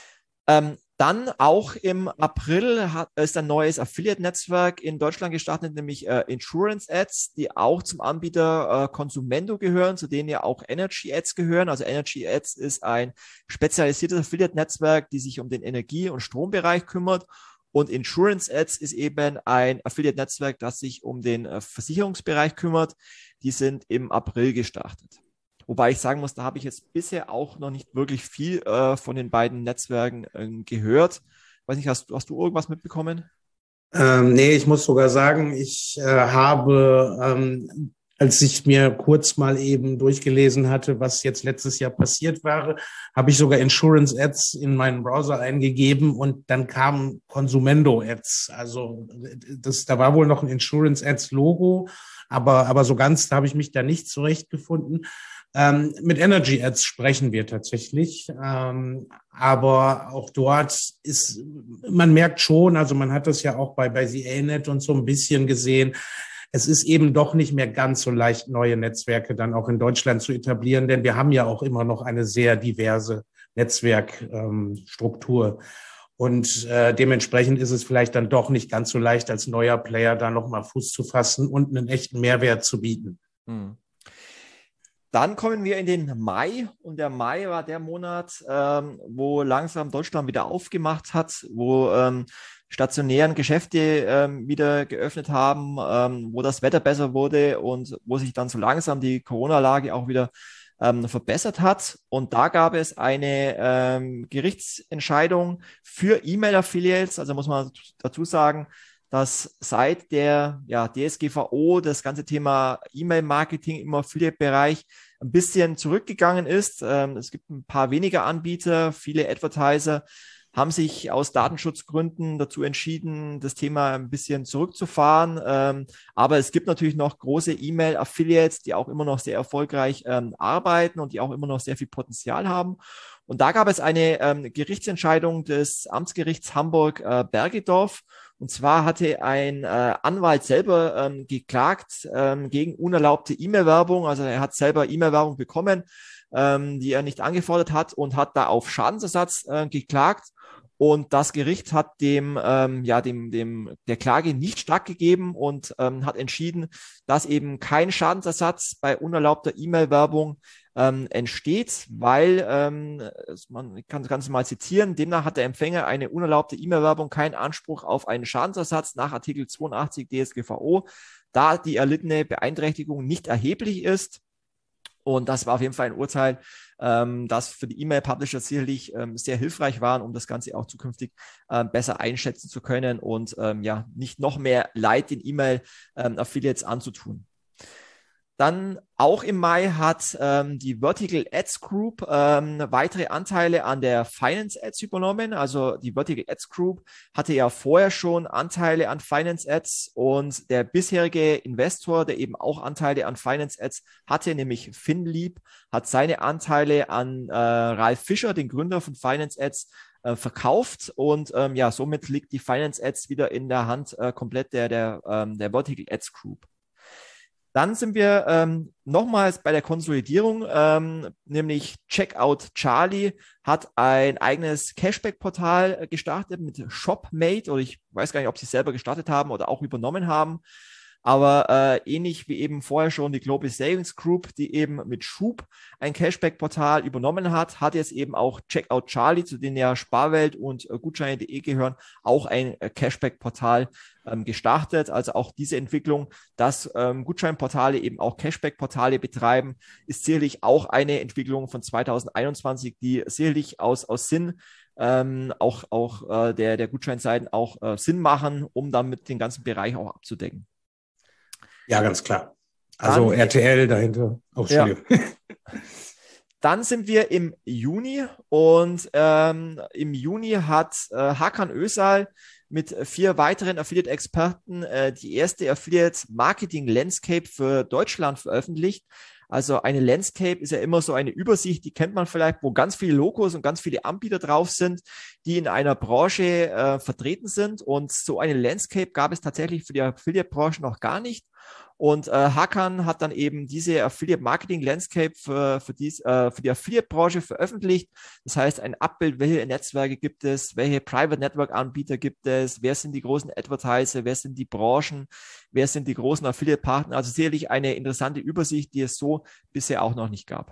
Dann auch im April ist ein neues Affiliate-Netzwerk in Deutschland gestartet, nämlich Insurance Ads, die auch zum Anbieter Consumendo gehören, zu denen ja auch Energy Ads gehören. Also Energy Ads ist ein spezialisiertes Affiliate-Netzwerk, die sich um den Energie- und Strombereich kümmert. Und Insurance Ads ist eben ein Affiliate-Netzwerk, das sich um den Versicherungsbereich kümmert. Die sind im April gestartet. Wobei ich sagen muss, da habe ich jetzt bisher auch noch nicht wirklich viel von den beiden Netzwerken gehört. Weiß nicht, hast du irgendwas mitbekommen? Nee, ich muss sogar sagen, ich habe, als ich mir kurz mal eben durchgelesen hatte, was jetzt letztes Jahr passiert war, habe ich sogar Insurance Ads in meinen Browser eingegeben und dann kamen Consumendo Ads. Also da war wohl noch ein Insurance Ads Logo, aber so ganz habe ich mich da nicht zurechtgefunden. Mit Energy Ads sprechen wir tatsächlich, aber auch dort ist, man merkt schon, also man hat das ja auch bei CA-Net und so ein bisschen gesehen, es ist eben doch nicht mehr ganz so leicht, neue Netzwerke dann auch in Deutschland zu etablieren, denn wir haben ja auch immer noch eine sehr diverse Netzwerkstruktur. Und dementsprechend ist es vielleicht dann doch nicht ganz so leicht, als neuer Player da nochmal Fuß zu fassen und einen echten Mehrwert zu bieten. Hm. Dann kommen wir in den Mai und der Mai war der Monat, wo langsam Deutschland wieder aufgemacht hat, wo stationären Geschäfte wieder geöffnet haben, wo das Wetter besser wurde und wo sich dann so langsam die Corona-Lage auch wieder verbessert hat. Und da gab es eine Gerichtsentscheidung für E-Mail-Affiliates. Also muss man dazu sagen, dass seit der DSGVO das ganze Thema E-Mail-Marketing im Affiliate-Bereich ein bisschen zurückgegangen ist. Es gibt ein paar weniger Anbieter, viele Advertiser haben sich aus Datenschutzgründen dazu entschieden, das Thema ein bisschen zurückzufahren. Aber es gibt natürlich noch große E-Mail-Affiliates, die auch immer noch sehr erfolgreich arbeiten und die auch immer noch sehr viel Potenzial haben. Und da gab es eine Gerichtsentscheidung des Amtsgerichts Hamburg-Bergedorf. Und zwar hatte ein Anwalt selber geklagt gegen unerlaubte E-Mail-Werbung. Also er hat selber E-Mail-Werbung bekommen, die er nicht angefordert hat und hat da auf Schadensersatz geklagt. Und das Gericht hat der Klage nicht stattgegeben und hat entschieden, dass eben kein Schadensersatz bei unerlaubter E-Mail-Werbung entsteht, weil, ich kann das Ganze mal zitieren, demnach hat der Empfänger eine unerlaubte E-Mail-Werbung keinen Anspruch auf einen Schadensersatz nach Artikel 82 DSGVO, da die erlittene Beeinträchtigung nicht erheblich ist. Und das war auf jeden Fall ein Urteil, das für die E-Mail-Publisher sicherlich sehr hilfreich war, um das Ganze auch zukünftig besser einschätzen zu können und nicht noch mehr Leid den E-Mail-Affiliates anzutun. Dann auch im Mai hat die Vertical Ads Group weitere Anteile an der Finance Ads übernommen. Also die Vertical Ads Group hatte ja vorher schon Anteile an Finance Ads und der bisherige Investor, der eben auch Anteile an Finance Ads hatte, nämlich FinLeap, hat seine Anteile an Ralf Fischer, den Gründer von Finance Ads, verkauft und somit liegt die Finance Ads wieder in der Hand komplett der Vertical Ads Group. Dann sind wir nochmals bei der Konsolidierung, nämlich Checkout Charlie hat ein eigenes Cashback-Portal gestartet mit Shopmate, oder ich weiß gar nicht, ob sie es selber gestartet haben oder auch übernommen haben. Aber ähnlich wie eben vorher schon die Global Savings Group, die eben mit Schub ein Cashback-Portal übernommen hat, hat jetzt eben auch Checkout Charlie, zu denen ja Sparwelt und Gutscheine.de gehören, auch ein Cashback-Portal gestartet. Also auch diese Entwicklung, dass Gutscheinportale eben auch Cashback-Portale betreiben, ist sicherlich auch eine Entwicklung von 2021, die sicherlich aus Sinn der Gutscheinseiten auch Sinn machen, um damit den ganzen Bereich auch abzudecken. Ja, ganz klar. Also dann, RTL dahinter. Oh, Entschuldigung. Ja. Dann sind wir im Juni und im Juni hat Hakan Özal mit 4 weiteren Affiliate-Experten die erste Affiliate-Marketing-Landscape für Deutschland veröffentlicht. Also eine Landscape ist ja immer so eine Übersicht, die kennt man vielleicht, wo ganz viele Logos und ganz viele Anbieter drauf sind, die in einer Branche vertreten sind. Und so eine Landscape gab es tatsächlich für die Affiliate-Branche noch gar nicht. Und Hakan hat dann eben diese Affiliate-Marketing-Landscape für die Affiliate-Branche veröffentlicht. Das heißt, ein Abbild, welche Netzwerke gibt es, welche Private-Network-Anbieter gibt es, wer sind die großen Advertiser, wer sind die Branchen, wer sind die großen Affiliate-Partner. Also sicherlich eine interessante Übersicht, die es so bisher auch noch nicht gab.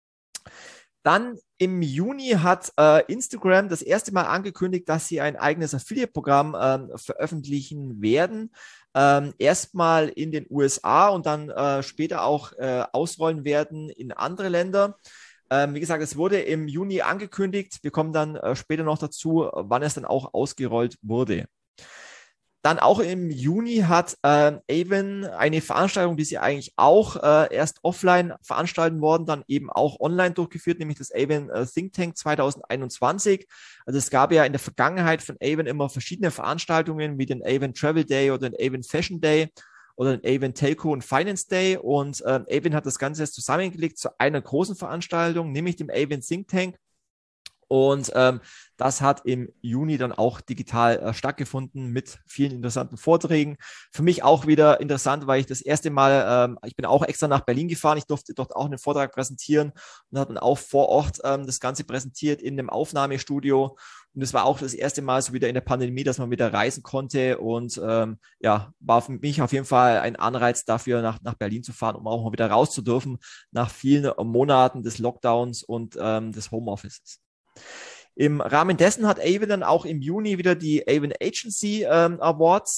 Dann im Juni hat Instagram das erste Mal angekündigt, dass sie ein eigenes Affiliate-Programm veröffentlichen werden. Erstmal in den USA und dann später auch ausrollen werden in andere Länder. Wie gesagt, es wurde im Juni angekündigt. Wir kommen dann später noch dazu, wann es dann auch ausgerollt wurde. Dann auch im Juni hat Avon eine Veranstaltung, die sie eigentlich auch erst offline veranstalten worden, dann eben auch online durchgeführt, nämlich das Avon Think Tank 2021. Also es gab ja in der Vergangenheit von Avon immer verschiedene Veranstaltungen wie den Avon Travel Day oder den Avon Fashion Day oder den Avon Telco und Finance Day. Und Avon hat das Ganze jetzt zusammengelegt zu einer großen Veranstaltung, nämlich dem Avon Think Tank. Und das hat im Juni dann auch digital stattgefunden mit vielen interessanten Vorträgen. Für mich auch wieder interessant, weil ich das erste Mal, ich bin auch extra nach Berlin gefahren, ich durfte dort auch einen Vortrag präsentieren und habe dann auch vor Ort das Ganze präsentiert in einem Aufnahmestudio. Und es war auch das erste Mal so wieder in der Pandemie, dass man wieder reisen konnte und war für mich auf jeden Fall ein Anreiz dafür, nach Berlin zu fahren, um auch mal wieder raus zu dürfen nach vielen Monaten des Lockdowns und des Homeoffices. Im Rahmen dessen hat Avon dann auch im Juni wieder die Avon Agency Awards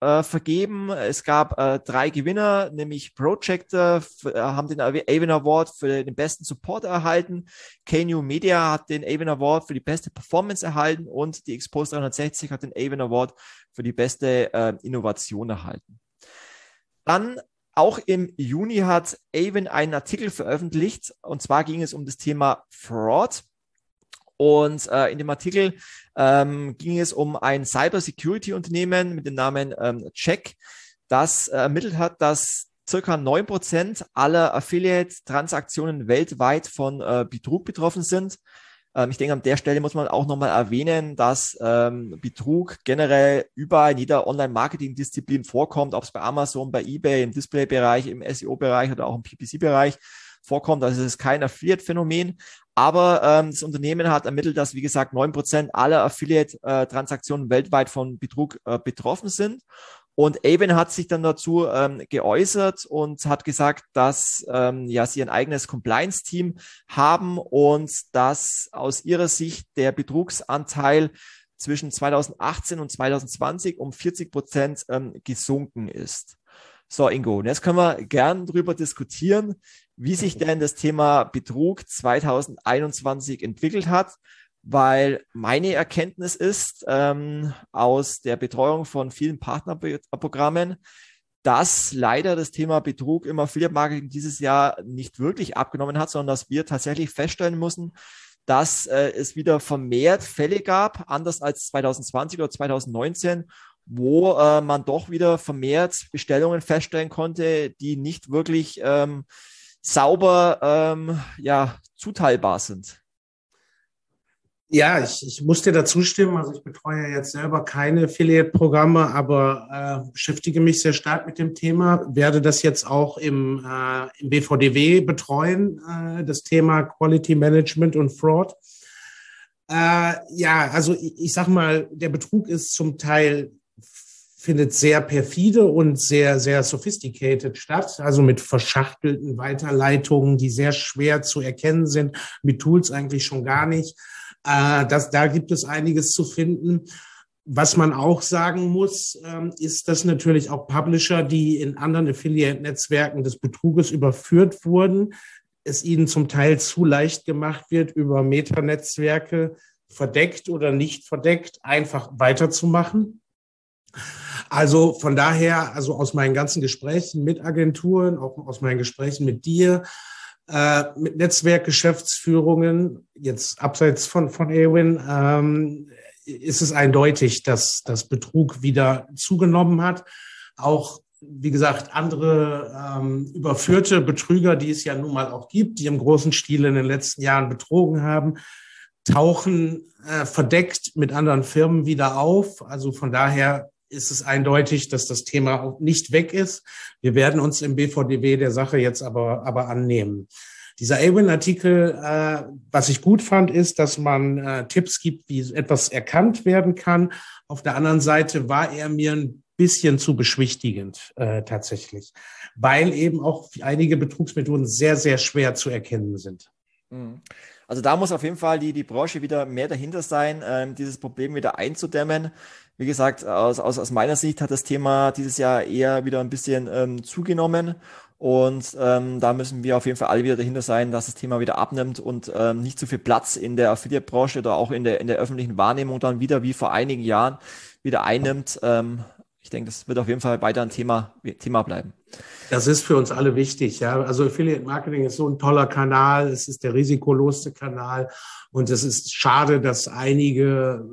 vergeben. Es gab 3 Gewinner, nämlich Projector haben den Avon Award für den besten Support erhalten. KNU Media hat den Avon Award für die beste Performance erhalten und die Expose 360 hat den Avon Award für die beste Innovation erhalten. Dann auch im Juni hat Avon einen Artikel veröffentlicht, und zwar ging es um das Thema Fraud. Und in dem Artikel ging es um ein Cybersecurity-Unternehmen mit dem Namen Check, das ermittelt hat, dass circa 9% aller Affiliate-Transaktionen weltweit von Betrug betroffen sind. Ich denke, an der Stelle muss man auch nochmal erwähnen, dass Betrug generell überall in jeder Online-Marketing-Disziplin vorkommt, ob es bei Amazon, bei eBay, im Display-Bereich, im SEO-Bereich oder auch im PPC-Bereich vorkommt. Also es ist kein Affiliate-Phänomen. Aber das Unternehmen hat ermittelt, dass, wie gesagt, 9% aller Affiliate-Transaktionen weltweit von Betrug betroffen sind. Und Avon hat sich dann dazu geäußert und hat gesagt, dass sie ein eigenes Compliance-Team haben und dass aus ihrer Sicht der Betrugsanteil zwischen 2018 und 2020 um 40% gesunken ist. So, Ingo, und jetzt können wir gern darüber diskutieren, wie sich denn das Thema Betrug 2021 entwickelt hat, weil meine Erkenntnis ist aus der Betreuung von vielen Partnerprogrammen, dass leider das Thema Betrug im Affiliate-Marketing dieses Jahr nicht wirklich abgenommen hat, sondern dass wir tatsächlich feststellen müssen, dass es wieder vermehrt Fälle gab, anders als 2020 oder 2019, wo man doch wieder vermehrt Bestellungen feststellen konnte, die nicht wirklich sauber zuteilbar sind. Ja, ich muss dir dazu stimmen. Also ich betreue jetzt selber keine Affiliate-Programme, aber beschäftige mich sehr stark mit dem Thema, werde das jetzt auch im BVDW betreuen, das Thema Quality Management und Fraud. Also ich sag mal, der Betrug ist zum Teil findet sehr perfide und sehr, sehr sophisticated statt, also mit verschachtelten Weiterleitungen, die sehr schwer zu erkennen sind, mit Tools eigentlich schon gar nicht. Da gibt es einiges zu finden. Was man auch sagen muss, ist, dass natürlich auch Publisher, die in anderen Affiliate-Netzwerken des Betruges überführt wurden, es ihnen zum Teil zu leicht gemacht wird, über Meta-Netzwerke verdeckt oder nicht verdeckt einfach weiterzumachen. Also von daher, also aus meinen ganzen Gesprächen mit Agenturen, auch aus meinen Gesprächen mit dir, mit Netzwerkgeschäftsführungen, jetzt abseits von Awin, ist es eindeutig, dass das Betrug wieder zugenommen hat. Auch, wie gesagt, andere überführte Betrüger, die es ja nun mal auch gibt, die im großen Stil in den letzten Jahren betrogen haben, tauchen verdeckt mit anderen Firmen wieder auf. Also von daher ist es eindeutig, dass das Thema auch nicht weg ist. Wir werden uns im BVDW der Sache jetzt aber annehmen. Dieser Awin-Artikel, was ich gut fand, ist, dass man Tipps gibt, wie etwas erkannt werden kann. Auf der anderen Seite war er mir ein bisschen zu beschwichtigend tatsächlich, weil eben auch einige Betrugsmethoden sehr, sehr schwer zu erkennen sind. Also da muss auf jeden Fall die Branche wieder mehr dahinter sein, dieses Problem wieder einzudämmen. Wie gesagt, aus meiner Sicht hat das Thema dieses Jahr eher wieder ein bisschen zugenommen. Und da müssen wir auf jeden Fall alle wieder dahinter sein, dass das Thema wieder abnimmt und nicht so viel Platz in der Affiliate-Branche oder auch in der öffentlichen Wahrnehmung dann wieder wie vor einigen Jahren wieder einnimmt. Ich denke, das wird auf jeden Fall weiter ein Thema bleiben. Das ist für uns alle wichtig, ja. Also Affiliate Marketing ist so ein toller Kanal. Es ist der risikoloseste Kanal. Und es ist schade, dass einige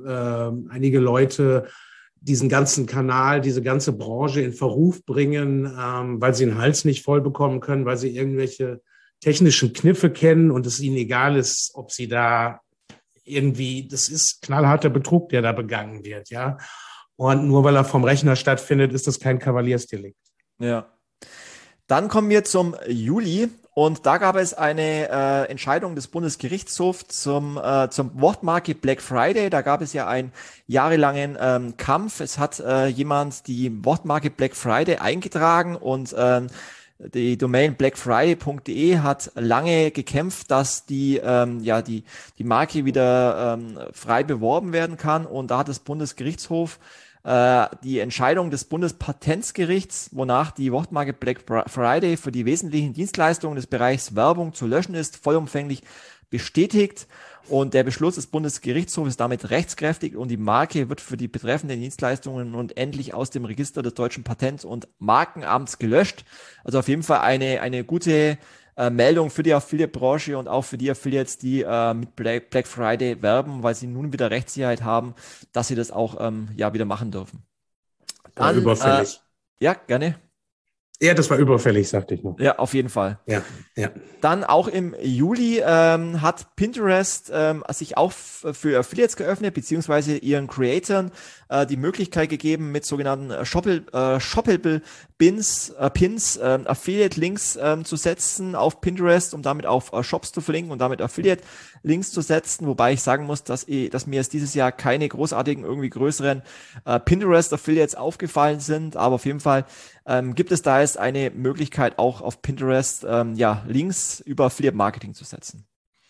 Leute diesen ganzen Kanal, diese ganze Branche in Verruf bringen, weil sie den Hals nicht voll bekommen können, weil sie irgendwelche technischen Kniffe kennen und es ihnen egal ist, ob sie da irgendwie, das ist knallharter Betrug, der da begangen wird, ja. Und nur weil er vom Rechner stattfindet, ist das kein Kavaliersdelikt. Ja. Dann kommen wir zum Juli und da gab es eine Entscheidung des Bundesgerichtshofs zum Wortmarke Black Friday. Da gab es ja einen jahrelangen Kampf. Es hat jemand die Wortmarke Black Friday eingetragen und die Domain blackfriday.de hat lange gekämpft, dass die Marke wieder frei beworben werden kann. Und da hat das Bundesgerichtshof die Entscheidung des Bundespatentsgerichts, wonach die Wortmarke Black Friday für die wesentlichen Dienstleistungen des Bereichs Werbung zu löschen ist, vollumfänglich bestätigt. Und der Beschluss des Bundesgerichtshofs ist damit rechtskräftig und die Marke wird für die betreffenden Dienstleistungen und endlich aus dem Register des Deutschen Patent- und Markenamts gelöscht. Also auf jeden Fall eine gute Meldung für die Affiliate-Branche und auch für die Affiliates, die mit Black Friday werben, weil sie nun wieder Rechtssicherheit haben, dass sie das auch wieder machen dürfen. Dann, überfällig. Ja, gerne. Ja, das war überfällig, sagte ich noch. Ja, auf jeden Fall. Ja. Dann auch im Juli hat Pinterest sich auch für Affiliates geöffnet, beziehungsweise ihren Creatoren die Möglichkeit gegeben, mit sogenannten Shoppable Pins Affiliate-Links zu setzen auf Pinterest, um damit auf Shops zu verlinken und damit Affiliate-Links zu setzen, wobei ich sagen muss, dass mir jetzt dieses Jahr keine großartigen, irgendwie größeren Pinterest-Affiliates aufgefallen sind, aber auf jeden Fall gibt es da jetzt eine Möglichkeit, auch auf Pinterest Links über Affiliate-Marketing zu setzen.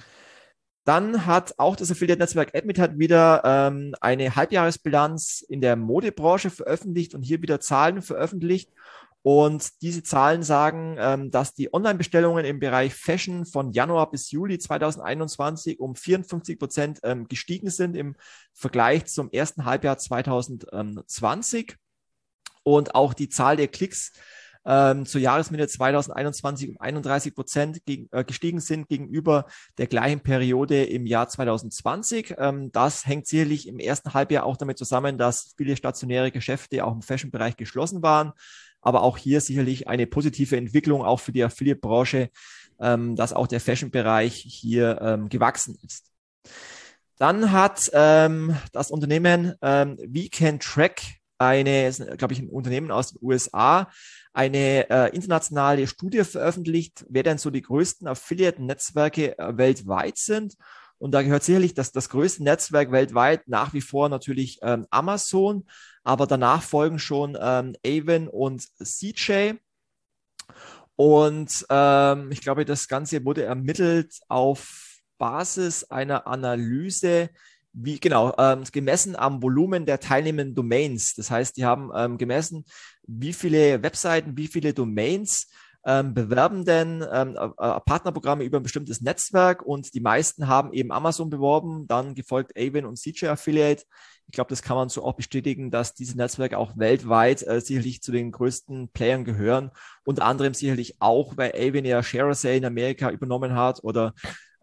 Dann hat auch das Affiliate-Netzwerk Admit wieder eine Halbjahresbilanz in der Modebranche veröffentlicht und hier wieder Zahlen veröffentlicht. Und diese Zahlen sagen, dass die Online-Bestellungen im Bereich Fashion von Januar bis Juli 2021 um 54% gestiegen sind im Vergleich zum ersten Halbjahr 2020. Und auch die Zahl der Klicks zur Jahresmitte 2021 um 31% gestiegen sind gegenüber der gleichen Periode im Jahr 2020. Das hängt sicherlich im ersten Halbjahr auch damit zusammen, dass viele stationäre Geschäfte auch im Fashion-Bereich geschlossen waren. Aber auch hier sicherlich eine positive Entwicklung auch für die Affiliate-Branche, dass auch der Fashion-Bereich hier gewachsen ist. Dann hat das Unternehmen We Can Track glaube ich, ein Unternehmen aus den USA, eine internationale Studie veröffentlicht, wer denn so die größten Affiliate-Netzwerke weltweit sind. Und da gehört sicherlich das größte Netzwerk weltweit nach wie vor natürlich Amazon, aber danach folgen schon Avon und CJ. Und ich glaube, das Ganze wurde ermittelt auf Basis einer Analyse, gemessen am Volumen der teilnehmenden Domains. Das heißt, die haben gemessen, wie viele Webseiten, wie viele Domains bewerben denn Partnerprogramme über ein bestimmtes Netzwerk, und die meisten haben eben Amazon beworben, dann gefolgt Avon und CJ Affiliate. Ich glaube, das kann man so auch bestätigen, dass diese Netzwerke auch weltweit sicherlich zu den größten Playern gehören. Unter anderem sicherlich auch, weil Avon ja ShareAsale in Amerika übernommen hat oder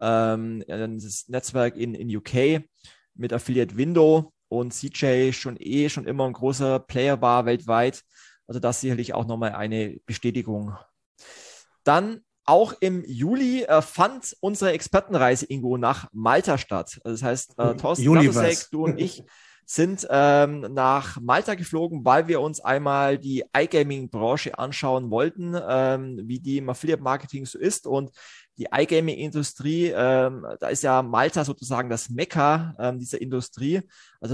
das Netzwerk in UK mit Affiliate Window, und CJ schon immer ein großer Player war weltweit. Also das sicherlich auch nochmal eine Bestätigung. Dann auch im Juli fand unsere Expertenreise, Ingo, nach Malta statt. Also das heißt, Thorsten Latusek, du und ich sind nach Malta geflogen, weil wir uns einmal die iGaming-Branche anschauen wollten, wie die im Affiliate-Marketing so ist. Und die iGaming-Industrie, da ist ja Malta sozusagen das Mekka dieser Industrie. Also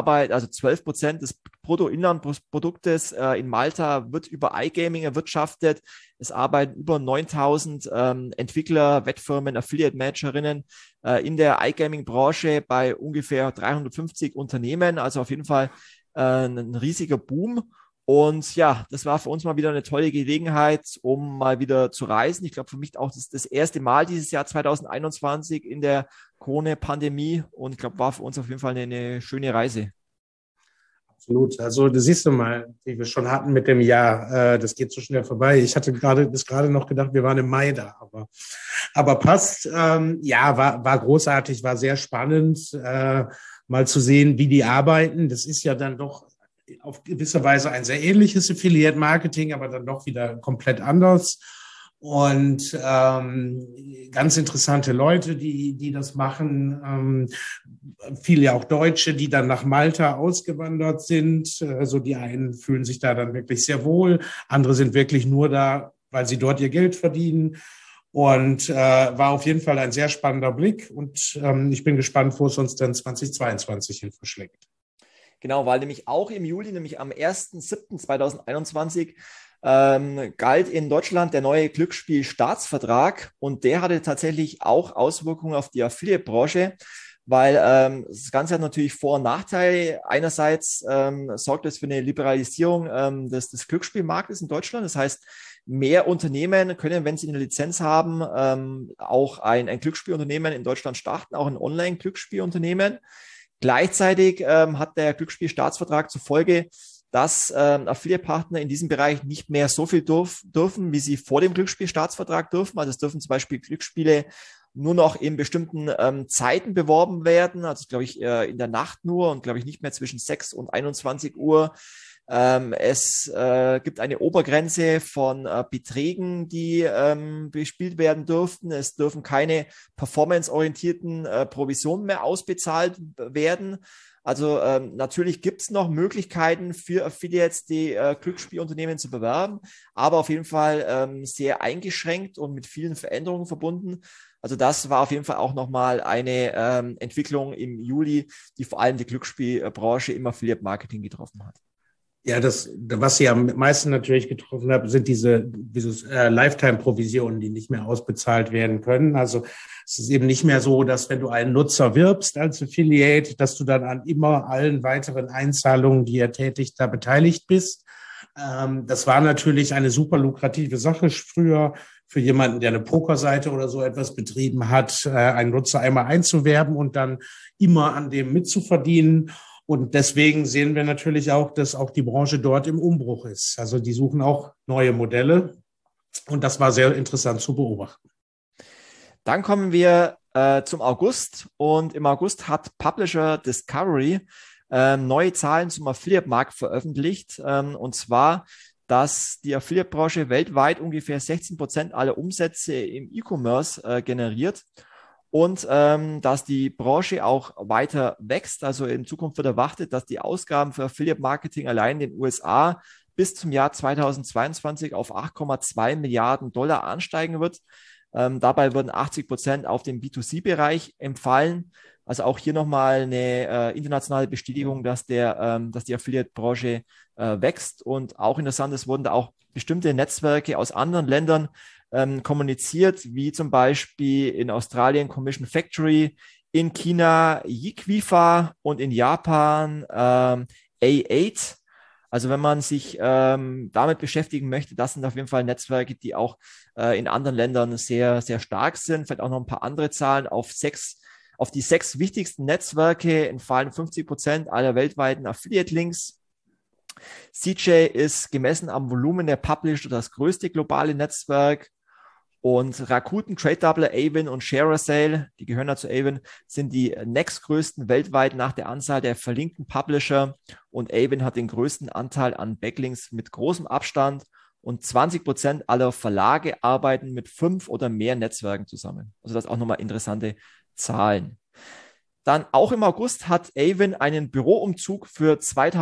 12% des Bruttoinlandproduktes in Malta wird über iGaming erwirtschaftet. Es arbeiten über 9000 Entwickler, Wettfirmen, Affiliate-Managerinnen in der iGaming-Branche bei ungefähr 350 Unternehmen. Also auf jeden Fall ein riesiger Boom. Und ja, das war für uns mal wieder eine tolle Gelegenheit, um mal wieder zu reisen. Ich glaube, für mich auch das erste Mal dieses Jahr 2021 in der Corona-Pandemie, und ich glaube, war für uns auf jeden Fall eine schöne Reise. Absolut. Also das siehst du mal, wie wir schon hatten mit dem Jahr. Das geht so schnell vorbei. Ich hatte gerade noch gedacht, wir waren im Mai da, aber passt. Ja, war großartig, war sehr spannend, mal zu sehen, wie die arbeiten. Das ist ja dann doch auf gewisse Weise ein sehr ähnliches Affiliate-Marketing, aber dann doch wieder komplett anders. Und ganz interessante Leute, die das machen. Viele auch Deutsche, die dann nach Malta ausgewandert sind. Also die einen fühlen sich da dann wirklich sehr wohl. Andere sind wirklich nur da, weil sie dort ihr Geld verdienen. Und war auf jeden Fall ein sehr spannender Blick. Und ich bin gespannt, wo es uns dann 2022 hin verschlägt. Genau, weil nämlich auch im Juli, nämlich am 1.7.2021, galt in Deutschland der neue Glücksspielstaatsvertrag, und der hatte tatsächlich auch Auswirkungen auf die Affiliate-Branche, weil das Ganze hat natürlich Vor- und Nachteile. Einerseits sorgt es für eine Liberalisierung des Glücksspielmarktes in Deutschland. Das heißt, mehr Unternehmen können, wenn sie eine Lizenz haben, auch ein Glücksspielunternehmen in Deutschland starten, auch ein Online-Glücksspielunternehmen. Gleichzeitig hat der Glücksspielstaatsvertrag zur Folge, dass Affiliate-Partner in diesem Bereich nicht mehr so viel dürfen, wie sie vor dem Glücksspielstaatsvertrag dürfen. Also es dürfen zum Beispiel Glücksspiele nur noch in bestimmten Zeiten beworben werden. Also glaube ich in der Nacht nur und glaube ich nicht mehr zwischen 6 und 21 Uhr. Es gibt eine Obergrenze von Beträgen, die bespielt werden dürften. Es dürfen keine performanceorientierten Provisionen mehr ausbezahlt werden. Also natürlich gibt es noch Möglichkeiten für Affiliates, die Glücksspielunternehmen zu bewerben, aber auf jeden Fall sehr eingeschränkt und mit vielen Veränderungen verbunden. Also das war auf jeden Fall auch nochmal eine Entwicklung im Juli, die vor allem die Glücksspielbranche im Affiliate-Marketing getroffen hat. Ja, was Sie am meisten natürlich getroffen haben, sind diese Lifetime-Provisionen, die nicht mehr ausbezahlt werden können. Also es ist eben nicht mehr so, dass wenn du einen Nutzer wirbst als Affiliate, dass du dann an immer allen weiteren Einzahlungen, die er tätigt, da beteiligt bist. Das war natürlich eine super lukrative Sache früher für jemanden, der eine Pokerseite oder so etwas betrieben hat, einen Nutzer einmal einzuwerben und dann immer an dem mitzuverdienen. Und deswegen sehen wir natürlich auch, dass auch die Branche dort im Umbruch ist. Also die suchen auch neue Modelle. Und das war sehr interessant zu beobachten. Dann kommen wir zum August. Und im August hat Publisher Discovery neue Zahlen zum Affiliate-Markt veröffentlicht. Und zwar, dass die Affiliate-Branche weltweit ungefähr 16% aller Umsätze im E-Commerce generiert. Und dass die Branche auch weiter wächst. Also in Zukunft wird erwartet, dass die Ausgaben für Affiliate-Marketing allein in den USA bis zum Jahr 2022 auf 8,2 Milliarden Dollar ansteigen wird. Dabei würden 80% auf den B2C-Bereich entfallen. Also auch hier nochmal eine internationale Bestätigung, dass die Affiliate-Branche wächst. Und auch interessant, es wurden da auch bestimmte Netzwerke aus anderen Ländern kommuniziert, wie zum Beispiel in Australien Commission Factory, in China Yiquifa und in Japan A8. Also wenn man sich damit beschäftigen möchte, das sind auf jeden Fall Netzwerke, die auch in anderen Ländern sehr, sehr stark sind. Vielleicht auch noch ein paar andere Zahlen. Auf die 6 wichtigsten Netzwerke entfallen 50% aller weltweiten Affiliate-Links. CJ ist gemessen am Volumen der Publisher das größte globale Netzwerk. Und Rakuten, Trade Doubler, Avon und ShareASale, die gehören dazu Avon, sind die nächstgrößten weltweit nach der Anzahl der verlinkten Publisher. Und Avon hat den größten Anteil an Backlinks mit großem Abstand. Und 20% aller Verlage arbeiten mit 5 oder mehr Netzwerken zusammen. Also das auch nochmal interessante Zahlen. Dann auch im August hat Avon einen Büroumzug für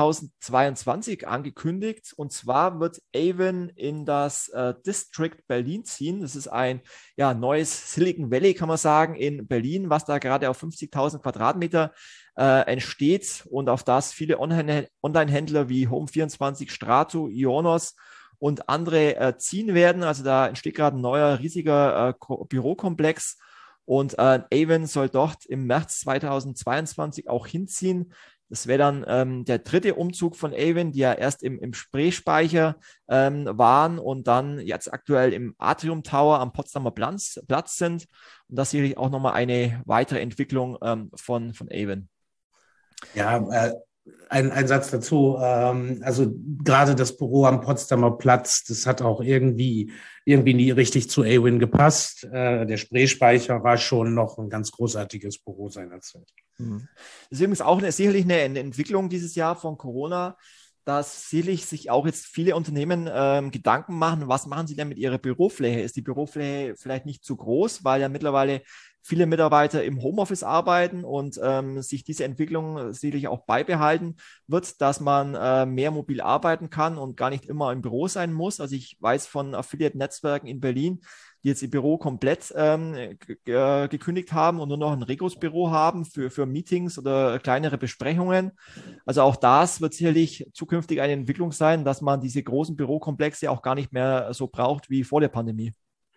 2022 angekündigt. Und zwar wird Avon in das District Berlin ziehen. Das ist ein neues Silicon Valley, kann man sagen, in Berlin, was da gerade auf 50.000 Quadratmeter entsteht und auf das viele Online-Händler wie Home24, Strato, Ionos und andere ziehen werden. Also da entsteht gerade ein neuer, riesiger Bürokomplex. Und Avon soll dort im März 2022 auch hinziehen. Das wäre dann der 3. Umzug von Avon, die ja erst im Spreespeicher waren und dann jetzt aktuell im Atrium Tower am Potsdamer Platz sind. Und das ist sicherlich auch nochmal eine weitere Entwicklung von Avon. Ja, ein Satz dazu. Also gerade das Büro am Potsdamer Platz, das hat auch irgendwie nie richtig zu Avon gepasst. Der Spreespeicher war schon noch ein ganz großartiges Büro seinerzeit. Das ist übrigens auch sicherlich eine Entwicklung dieses Jahr von Corona, dass sicherlich sich auch jetzt viele Unternehmen Gedanken machen, was machen sie denn mit ihrer Bürofläche? Ist die Bürofläche vielleicht nicht zu groß, weil ja mittlerweile viele Mitarbeiter im Homeoffice arbeiten und sich diese Entwicklung sicherlich auch beibehalten wird, dass man mehr mobil arbeiten kann und gar nicht immer im Büro sein muss. Also ich weiß von Affiliate-Netzwerken in Berlin, die jetzt ihr Büro komplett gekündigt haben und nur noch ein Regos-Büro haben für Meetings oder kleinere Besprechungen. Also auch das wird sicherlich zukünftig eine Entwicklung sein, dass man diese großen Bürokomplexe auch gar nicht mehr so braucht wie vor der Pandemie.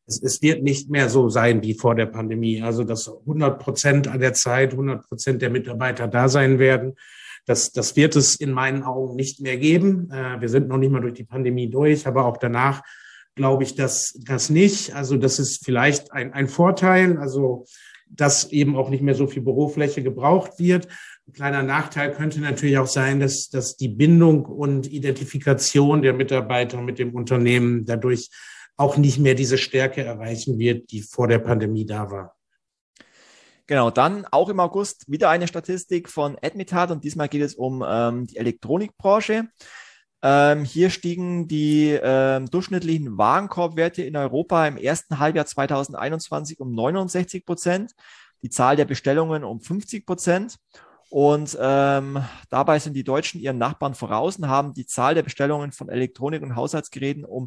es wird nicht mehr so sein wie vor der Pandemie. Also, dass 100% an der Zeit, 100% der Mitarbeiter da sein werden. Das wird es in meinen Augen nicht mehr geben. Wir sind noch nicht mal durch die Pandemie durch, aber auch danach glaube ich, dass das nicht. Also das ist vielleicht ein Vorteil, also dass eben auch nicht mehr so viel Bürofläche gebraucht wird. Ein kleiner Nachteil könnte natürlich auch sein, dass die Bindung und Identifikation der Mitarbeiter mit dem Unternehmen dadurch auch nicht mehr diese Stärke erreichen wird, die vor der Pandemie da war. Genau, dann auch im August wieder eine Statistik von Admitat und diesmal geht es um die Elektronikbranche. Hier stiegen die durchschnittlichen Warenkorbwerte in Europa im ersten Halbjahr 2021 um 69%, die Zahl der Bestellungen um 50%. Und dabei sind die Deutschen ihren Nachbarn voraus und haben die Zahl der Bestellungen von Elektronik- und Haushaltsgeräten um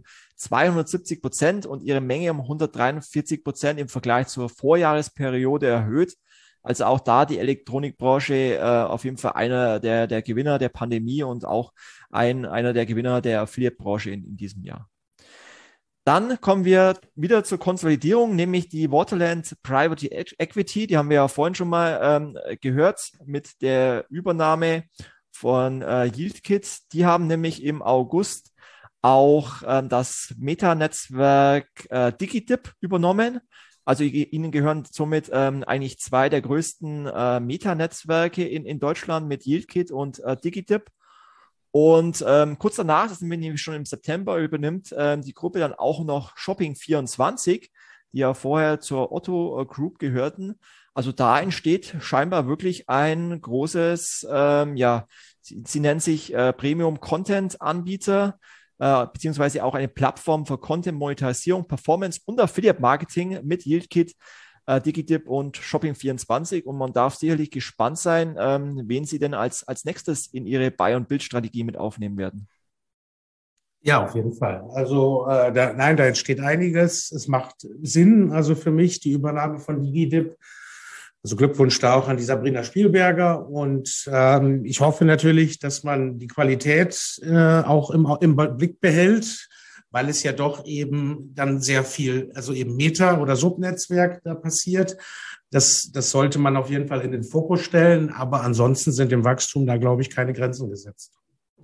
270% und ihre Menge um 143% im Vergleich zur Vorjahresperiode erhöht. Also auch da die Elektronikbranche auf jeden Fall einer der Gewinner der Pandemie und auch einer der Gewinner der Affiliate-Branche in diesem Jahr. Dann kommen wir wieder zur Konsolidierung, nämlich die Waterland Private Equity. Die haben wir ja vorhin schon mal gehört mit der Übernahme von YieldKit. Die haben nämlich im August auch das Meta-Netzwerk Digidip übernommen. Also ihnen gehören somit eigentlich zwei der größten Meta-Netzwerke in Deutschland mit YieldKit und Digidip. Und kurz danach, das sind wir nämlich schon im September, übernimmt die Gruppe dann auch noch Shopping24, die ja vorher zur Otto Group gehörten. Also da entsteht scheinbar wirklich ein großes, sie nennt sich Premium-Content-Anbieter, beziehungsweise auch eine Plattform für Content-Monetarisierung, Performance und Affiliate-Marketing mit YieldKit, Digidip und Shopping24 und man darf sicherlich gespannt sein, wen sie denn als nächstes in ihre Buy- und Build-Strategie mit aufnehmen werden. Ja, auf jeden Fall. Also da entsteht einiges. Es macht Sinn, also für mich die Übernahme von Digidip. Also Glückwunsch da auch an die Sabrina Spielberger und ich hoffe natürlich, dass man die Qualität auch im Blick behält, weil es ja doch eben dann sehr viel, also eben Meta- oder Subnetzwerk da passiert. Das sollte man auf jeden Fall in den Fokus stellen, aber ansonsten sind dem Wachstum da, glaube ich, keine Grenzen gesetzt.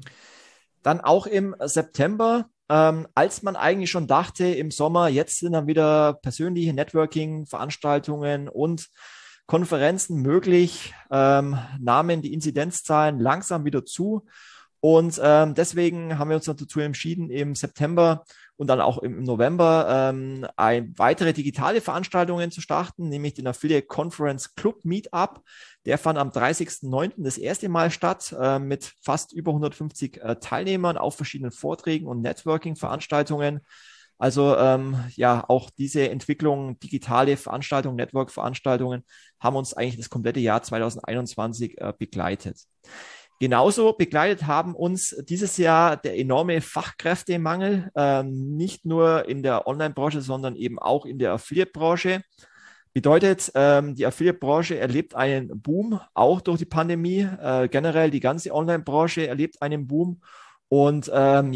Dann auch im September, als man eigentlich schon dachte, im Sommer, jetzt sind dann wieder persönliche Networking-Veranstaltungen und Konferenzen möglich, nahmen die Inzidenzzahlen langsam wieder zu. Und deswegen haben wir uns dazu entschieden, im September und dann auch im November weitere digitale Veranstaltungen zu starten, nämlich den Affiliate Conference Club Meetup. Der fand am 30.09. das erste Mal statt mit fast über 150 Teilnehmern auf verschiedenen Vorträgen und Networking-Veranstaltungen. Also auch diese Entwicklung, digitale Veranstaltungen, Network-Veranstaltungen haben uns eigentlich das komplette Jahr 2021 begleitet. Genauso begleitet haben uns dieses Jahr der enorme Fachkräftemangel, nicht nur in der Online-Branche, sondern eben auch in der Affiliate-Branche. Bedeutet, die Affiliate-Branche erlebt einen Boom, auch durch die Pandemie. Generell die ganze Online-Branche erlebt einen Boom. Und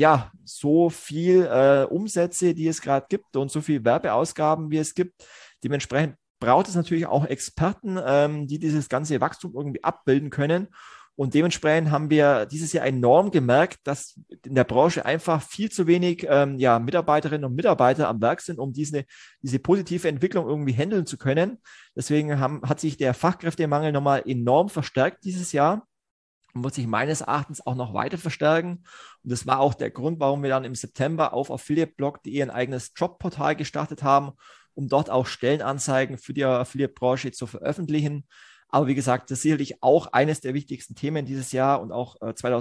so viel Umsätze, die es gerade gibt und so viel Werbeausgaben, wie es gibt, dementsprechend braucht es natürlich auch Experten, die dieses ganze Wachstum irgendwie abbilden können. Und dementsprechend haben wir dieses Jahr enorm gemerkt, dass in der Branche einfach viel zu wenig Mitarbeiterinnen und Mitarbeiter am Werk sind, um diese positive Entwicklung irgendwie handeln zu können. Deswegen hat sich der Fachkräftemangel nochmal enorm verstärkt dieses Jahr und wird sich meines Erachtens auch noch weiter verstärken. Und das war auch der Grund, warum wir dann im September auf affiliateblog.de ein eigenes Jobportal gestartet haben, um dort auch Stellenanzeigen für die Affiliate-Branche zu veröffentlichen. Aber wie gesagt, das ist sicherlich auch eines der wichtigsten Themen dieses Jahr und auch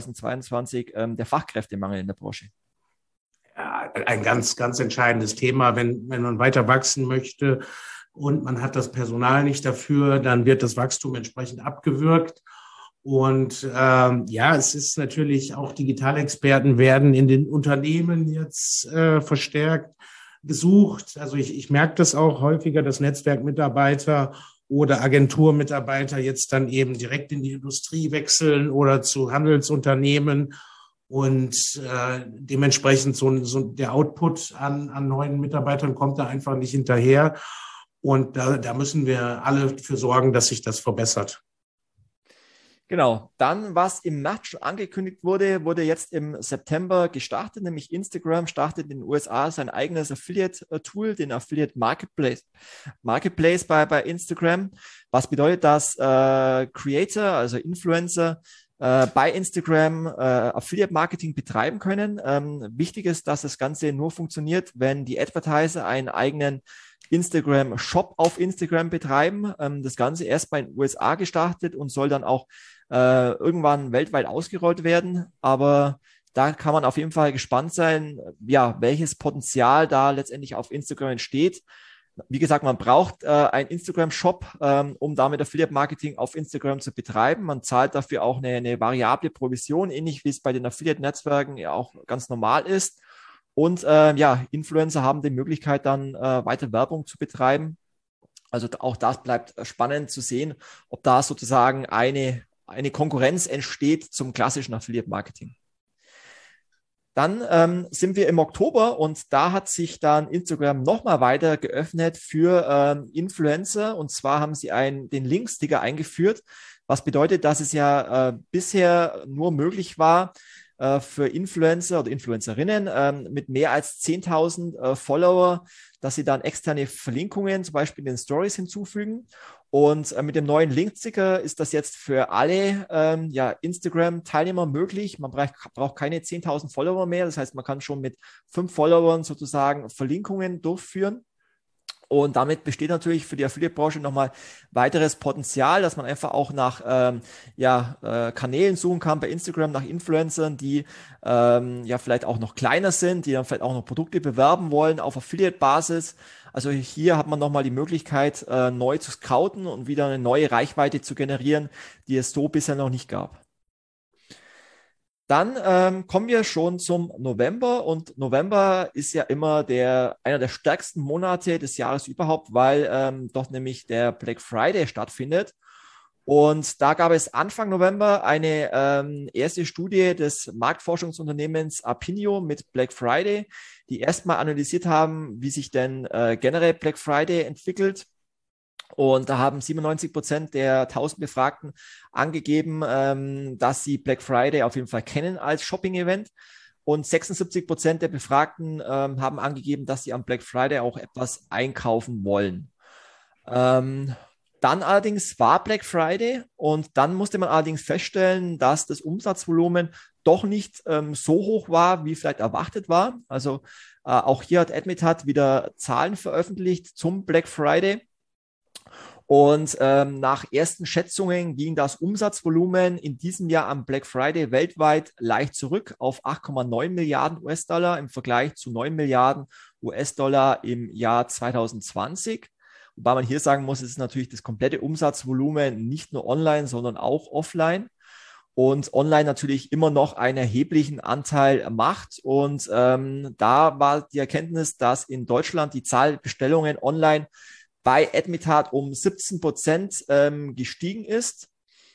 2022, der Fachkräftemangel in der Branche. Ja, ein ganz, ganz entscheidendes Thema. Wenn man weiter wachsen möchte und man hat das Personal nicht dafür, dann wird das Wachstum entsprechend abgewürgt. Und es ist natürlich auch Digitalexperten werden in den Unternehmen jetzt verstärkt gesucht. Also ich merke das auch häufiger, dass Netzwerkmitarbeiter oder Agenturmitarbeiter jetzt dann eben direkt in die Industrie wechseln oder zu Handelsunternehmen Und dementsprechend so der Output an neuen Mitarbeitern kommt da einfach nicht hinterher. Und da müssen wir alle für sorgen, dass sich das verbessert. Genau. Dann, was im März schon angekündigt wurde, wurde jetzt im September gestartet, nämlich Instagram startet in den USA sein eigenes Affiliate-Tool, den Affiliate Marketplace bei Instagram. Was bedeutet, dass Creator, also Influencer, bei Instagram Affiliate-Marketing betreiben können. Wichtig ist, dass das Ganze nur funktioniert, wenn die Advertiser einen eigenen Instagram-Shop auf Instagram betreiben. Das Ganze erst bei den USA gestartet und soll dann auch irgendwann weltweit ausgerollt werden. Aber da kann man auf jeden Fall gespannt sein, ja, welches Potenzial da letztendlich auf Instagram entsteht. Wie gesagt, man braucht einen Instagram-Shop, um damit Affiliate-Marketing auf Instagram zu betreiben. Man zahlt dafür auch eine variable Provision, ähnlich wie es bei den Affiliate-Netzwerken ja auch ganz normal ist. Und ja, Influencer haben die Möglichkeit, dann weiter Werbung zu betreiben. Also auch das bleibt spannend zu sehen, ob da sozusagen eine Konkurrenz entsteht zum klassischen Affiliate-Marketing. Dann sind wir im Oktober und da hat sich dann Instagram nochmal weiter geöffnet für Influencer. Und zwar haben sie den Link-Sticker eingeführt, was bedeutet, dass es ja bisher nur möglich war, für Influencer oder Influencerinnen mit mehr als 10.000 Follower, dass sie dann externe Verlinkungen zum Beispiel in den Stories hinzufügen. Und mit dem neuen Link-Sticker ist das jetzt für alle Instagram-Teilnehmer möglich. Man braucht keine 10.000 Follower mehr. Das heißt, man kann schon mit 5 Followern sozusagen Verlinkungen durchführen. Und damit besteht natürlich für die Affiliate-Branche nochmal weiteres Potenzial, dass man einfach auch nach Kanälen suchen kann bei Instagram, nach Influencern, die vielleicht auch noch kleiner sind, die dann vielleicht auch noch Produkte bewerben wollen auf Affiliate-Basis. Also hier hat man nochmal die Möglichkeit, neu zu scouten und wieder eine neue Reichweite zu generieren, die es so bisher noch nicht gab. Dann kommen wir schon zum November und November ist ja immer einer der stärksten Monate des Jahres überhaupt, weil dort nämlich der Black Friday stattfindet. Und da gab es Anfang November eine erste Studie des Marktforschungsunternehmens Apinio mit Black Friday, die erstmal analysiert haben, wie sich denn generell Black Friday entwickelt. Und da haben 97% der 1000 Befragten angegeben, dass sie Black Friday auf jeden Fall kennen als Shopping-Event. Und 76% der Befragten haben angegeben, dass sie am Black Friday auch etwas einkaufen wollen. Dann allerdings war Black Friday und dann musste man allerdings feststellen, dass das Umsatzvolumen doch nicht so hoch war, wie vielleicht erwartet war. Also auch hier hat Admitat wieder Zahlen veröffentlicht zum Black Friday. Und nach ersten Schätzungen ging das Umsatzvolumen in diesem Jahr am Black Friday weltweit leicht zurück auf 8,9 Milliarden US-Dollar im Vergleich zu 9 Milliarden US-Dollar im Jahr 2020. Wobei man hier sagen muss, es ist natürlich das komplette Umsatzvolumen nicht nur online, sondern auch offline. Und online natürlich immer noch einen erheblichen Anteil macht. Und da war die Erkenntnis, dass in Deutschland die Zahl der Bestellungen online bei Admitat um 17% gestiegen ist.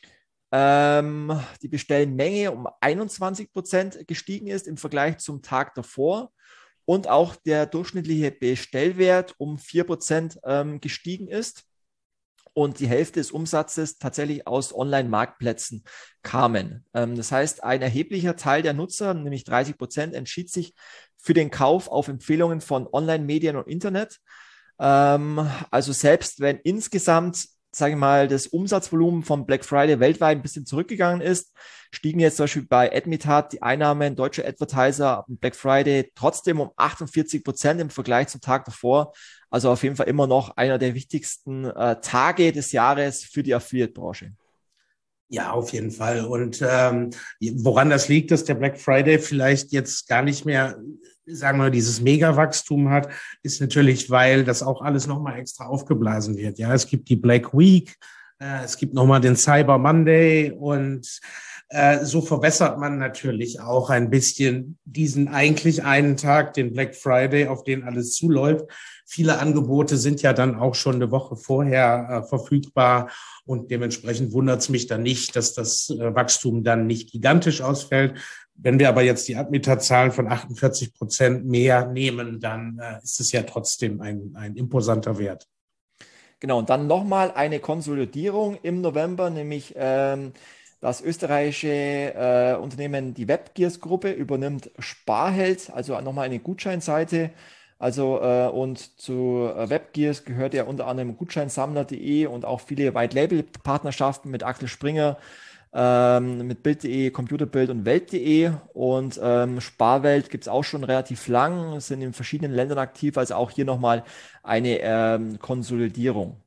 Die Bestellmenge um 21% gestiegen ist im Vergleich zum Tag davor. Und auch der durchschnittliche Bestellwert um 4% gestiegen ist. Und die Hälfte des Umsatzes tatsächlich aus Online-Marktplätzen kamen. Das heißt, ein erheblicher Teil der Nutzer, nämlich 30%, entschied sich für den Kauf auf Empfehlungen von Online-Medien und Internet. Also selbst wenn insgesamt, sage ich mal, das Umsatzvolumen vom Black Friday weltweit ein bisschen zurückgegangen ist, stiegen jetzt zum Beispiel bei Admitat die Einnahmen deutscher Advertiser am Black Friday trotzdem um 48% im Vergleich zum Tag davor. Also auf jeden Fall immer noch einer der wichtigsten Tage des Jahres für die Affiliate-Branche. Ja, auf jeden Fall. Und woran das liegt, dass der Black Friday vielleicht jetzt gar nicht mehr, sagen wir, dieses Mega-Wachstum hat, ist natürlich, weil das auch alles nochmal extra aufgeblasen wird. Ja, es gibt die Black Week, Es gibt nochmal den Cyber Monday und so verwässert man natürlich auch ein bisschen diesen eigentlich einen Tag, den Black Friday, auf den alles zuläuft. Viele Angebote sind ja dann auch schon eine Woche vorher verfügbar und dementsprechend wundert es mich dann nicht, dass das Wachstum dann nicht gigantisch ausfällt. Wenn wir aber jetzt die Admiterzahlen von 48% mehr nehmen, dann ist es ja trotzdem ein imposanter Wert. Genau, und dann nochmal eine Konsolidierung im November, nämlich das österreichische Unternehmen, die Webgears-Gruppe, übernimmt Sparheld, also nochmal eine Gutscheinseite. Also und zu Webgears gehört ja unter anderem Gutscheinsammler.de und auch viele White-Label-Partnerschaften mit Axel Springer, mit Bild.de, Computerbild und Welt.de. Und Sparwelt gibt es auch schon relativ lang, sind in verschiedenen Ländern aktiv, also auch hier nochmal eine Konsolidierung.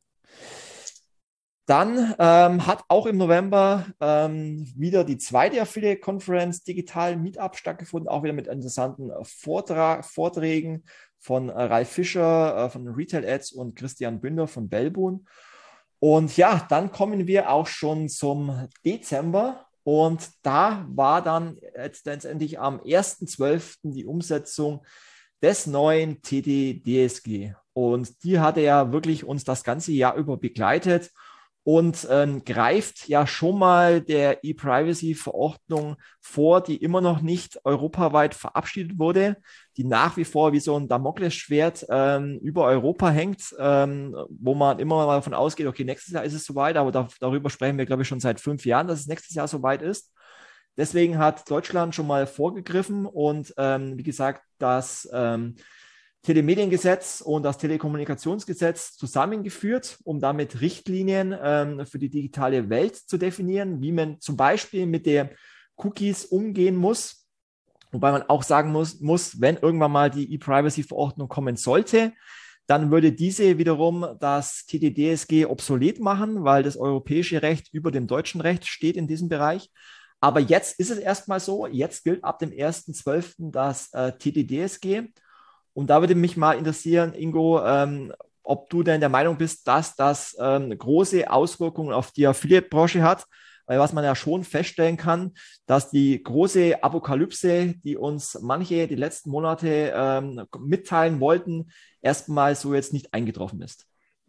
Dann hat auch im November wieder die zweite Affiliate Conference Digital Meetup stattgefunden, auch wieder mit interessanten Vorträgen von Ralf Fischer von Retail Ads und Christian Bünder von Belbun. Und ja, dann kommen wir auch schon zum Dezember und da war dann jetzt letztendlich am 1.12. die Umsetzung des neuen TD-DSG. Und die hatte ja wirklich uns das ganze Jahr über begleitet und greift ja schon mal der E-Privacy-Verordnung vor, die immer noch nicht europaweit verabschiedet wurde, die nach wie vor wie so ein Damoklesschwert über Europa hängt, wo man immer mal davon ausgeht, okay, nächstes Jahr ist es soweit, aber darüber sprechen wir, glaube ich, schon seit 5 Jahren, dass es nächstes Jahr soweit ist. Deswegen hat Deutschland schon mal vorgegriffen und wie gesagt, das Telemediengesetz und das Telekommunikationsgesetz zusammengeführt, um damit Richtlinien für die digitale Welt zu definieren, wie man zum Beispiel mit den Cookies umgehen muss. Wobei man auch sagen muss, wenn irgendwann mal die E-Privacy-Verordnung kommen sollte, dann würde diese wiederum das TD-DSG obsolet machen, weil das europäische Recht über dem deutschen Recht steht in diesem Bereich. Aber jetzt ist es erstmal so, jetzt gilt ab dem 1.12. das TD-DSG. Und da würde mich mal interessieren, Ingo, ob du denn der Meinung bist, dass das große Auswirkungen auf die Affiliate-Branche hat, weil was man ja schon feststellen kann, dass die große Apokalypse, die uns manche die letzten Monate mitteilen wollten, erstmal so jetzt nicht eingetroffen ist.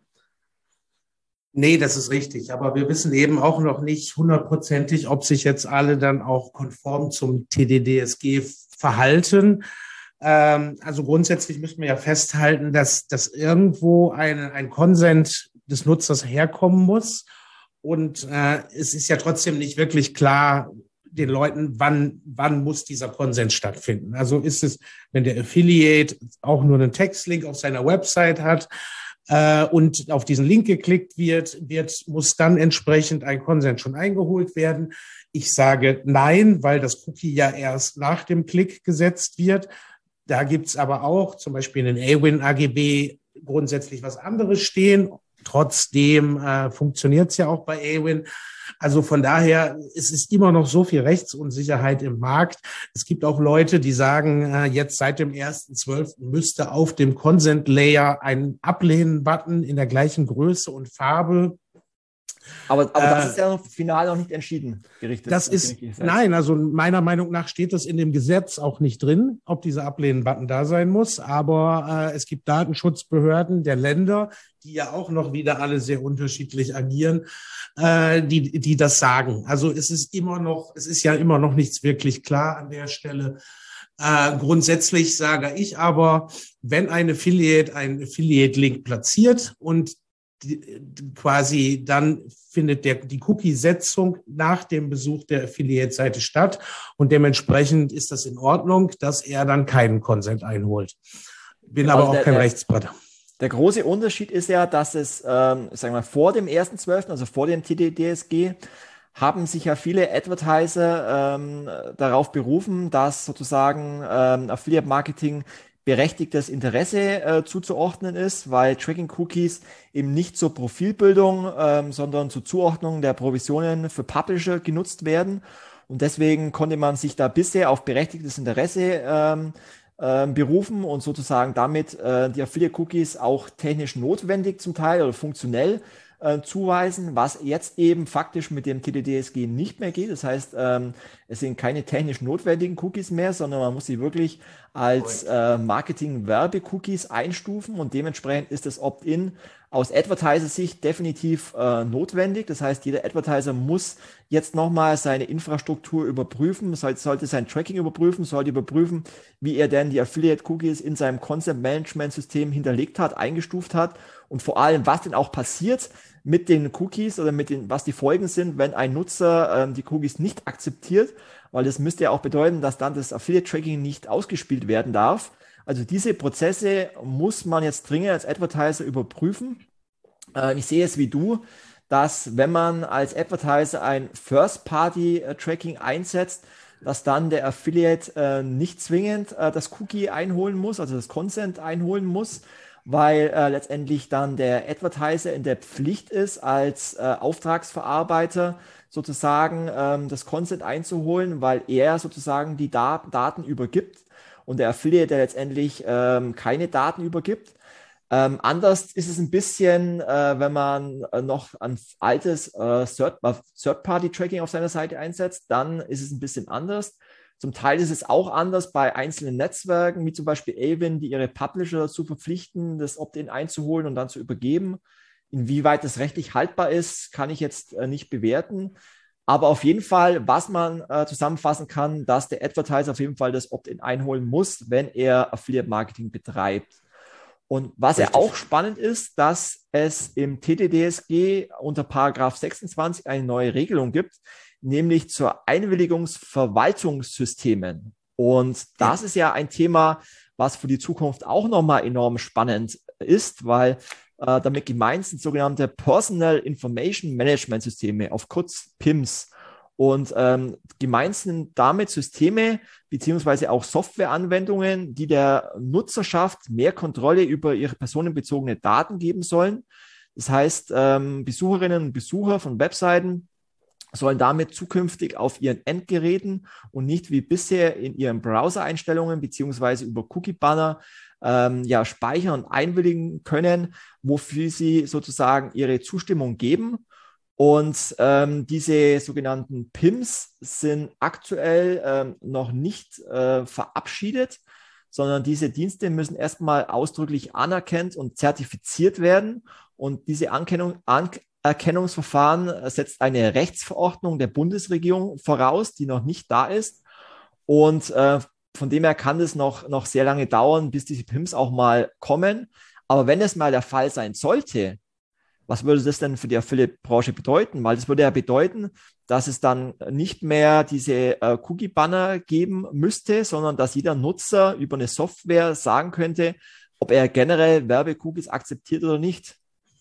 Nee, das ist richtig. Aber wir wissen eben auch noch nicht hundertprozentig, ob sich jetzt alle dann auch konform zum TD-DSG verhalten. Also grundsätzlich müssen wir ja festhalten, dass irgendwo ein Consent des Nutzers herkommen muss. Und es ist ja trotzdem nicht wirklich klar den Leuten, wann muss dieser Consent stattfinden. Also ist es, wenn der Affiliate auch nur einen Textlink auf seiner Website hat und auf diesen Link geklickt wird, muss dann entsprechend ein Consent schon eingeholt werden. Ich sage nein, weil das Cookie ja erst nach dem Klick gesetzt wird. Da gibt's aber auch zum Beispiel in den AWIN-AGB grundsätzlich was anderes stehen. Trotzdem funktioniert's ja auch bei AWIN. Also von daher, es ist immer noch so viel Rechtsunsicherheit im Markt. Es gibt auch Leute, die sagen, jetzt seit dem 1.12. müsste auf dem Consent Layer ein Ablehnen-Button in der gleichen Größe und Farbe. Aber das ist ja noch final noch nicht entschieden gerichtet. Das ist, nein, also meiner Meinung nach steht das in dem Gesetz auch nicht drin, ob dieser Ablehnen-Button da sein muss. Aber es gibt Datenschutzbehörden der Länder, die ja auch noch wieder alle sehr unterschiedlich agieren, die das sagen. Also es ist ja immer noch nichts wirklich klar an der Stelle. Grundsätzlich sage ich aber, wenn ein Affiliate einen Affiliate-Link platziert und quasi dann findet die Cookie-Setzung nach dem Besuch der Affiliate-Seite statt und dementsprechend ist das in Ordnung, dass er dann keinen Consent einholt. Bin aber auch kein Rechtsberater. Der große Unterschied ist ja, dass es, sagen wir mal, vor dem 1.12., also vor dem TD-DSG, haben sich ja viele Advertiser darauf berufen, dass sozusagen Affiliate-Marketing berechtigtes Interesse zuzuordnen ist, weil Tracking-Cookies eben nicht zur Profilbildung, sondern zur Zuordnung der Provisionen für Publisher genutzt werden. Und deswegen konnte man sich da bisher auf berechtigtes Interesse berufen und sozusagen damit die Affiliate-Cookies auch technisch notwendig zum Teil oder funktionell zuweisen, was jetzt eben faktisch mit dem TDDSG nicht mehr geht. Das heißt, es sind keine technisch notwendigen Cookies mehr, sondern man muss sie wirklich als Marketing-Werbe-Cookies einstufen und dementsprechend ist das Opt-in aus Advertiser-Sicht definitiv notwendig. Das heißt, jeder Advertiser muss jetzt nochmal seine Infrastruktur überprüfen, sollte sein Tracking überprüfen, sollte überprüfen, wie er denn die Affiliate-Cookies in seinem Content-Management-System hinterlegt hat, eingestuft hat und vor allem, was denn auch passiert mit den Cookies oder was die Folgen sind, wenn ein Nutzer die Cookies nicht akzeptiert, weil das müsste ja auch bedeuten, dass dann das Affiliate-Tracking nicht ausgespielt werden darf. Also diese Prozesse muss man jetzt dringend als Advertiser überprüfen. Ich sehe es wie du, dass wenn man als Advertiser ein First-Party-Tracking einsetzt, dass dann der Affiliate nicht zwingend das Cookie einholen muss, also das Consent einholen muss, weil letztendlich dann der Advertiser in der Pflicht ist, als Auftragsverarbeiter sozusagen das Consent einzuholen, weil er sozusagen die Daten übergibt und der Affiliate, der letztendlich keine Daten übergibt. Anders ist es ein bisschen, wenn man noch ein altes Third-Party-Tracking auf seiner Seite einsetzt, dann ist es ein bisschen anders. Zum Teil ist es auch anders bei einzelnen Netzwerken, wie zum Beispiel Avon, die ihre Publisher dazu verpflichten, das Opt-in einzuholen und dann zu übergeben. Inwieweit das rechtlich haltbar ist, kann ich jetzt nicht bewerten. Aber auf jeden Fall, was man zusammenfassen kann, dass der Advertiser auf jeden Fall das Opt-in einholen muss, wenn er Affiliate-Marketing betreibt. Und was ja auch spannend ist, dass es im TDDSG unter Paragraph 26 eine neue Regelung gibt, nämlich zur Einwilligungsverwaltungssystemen. Und das ist ja ein Thema, was für die Zukunft auch nochmal enorm spannend ist, weil damit gemeint sind sogenannte Personal Information Management Systeme, auf kurz PIMS. Und gemeint sind damit Systeme beziehungsweise auch Softwareanwendungen, die der Nutzerschaft mehr Kontrolle über ihre personenbezogene Daten geben sollen. Das heißt, Besucherinnen und Besucher von Webseiten sollen damit zukünftig auf ihren Endgeräten und nicht wie bisher in ihren Browser-Einstellungen beziehungsweise über Cookie-Banner speichern und einwilligen können, wofür sie sozusagen ihre Zustimmung geben. Und diese sogenannten PIMs sind aktuell noch nicht verabschiedet, sondern diese Dienste müssen erstmal ausdrücklich anerkannt und zertifiziert werden. Und diese Erkennungsverfahren setzt eine Rechtsverordnung der Bundesregierung voraus, die noch nicht da ist. Und von dem her kann es noch sehr lange dauern, bis diese PIMs auch mal kommen. Aber wenn es mal der Fall sein sollte, was würde das denn für die Affiliate-Branche bedeuten? Weil das würde ja bedeuten, dass es dann nicht mehr diese Cookie-Banner geben müsste, sondern dass jeder Nutzer über eine Software sagen könnte, ob er generell Werbe-Cookies akzeptiert oder nicht.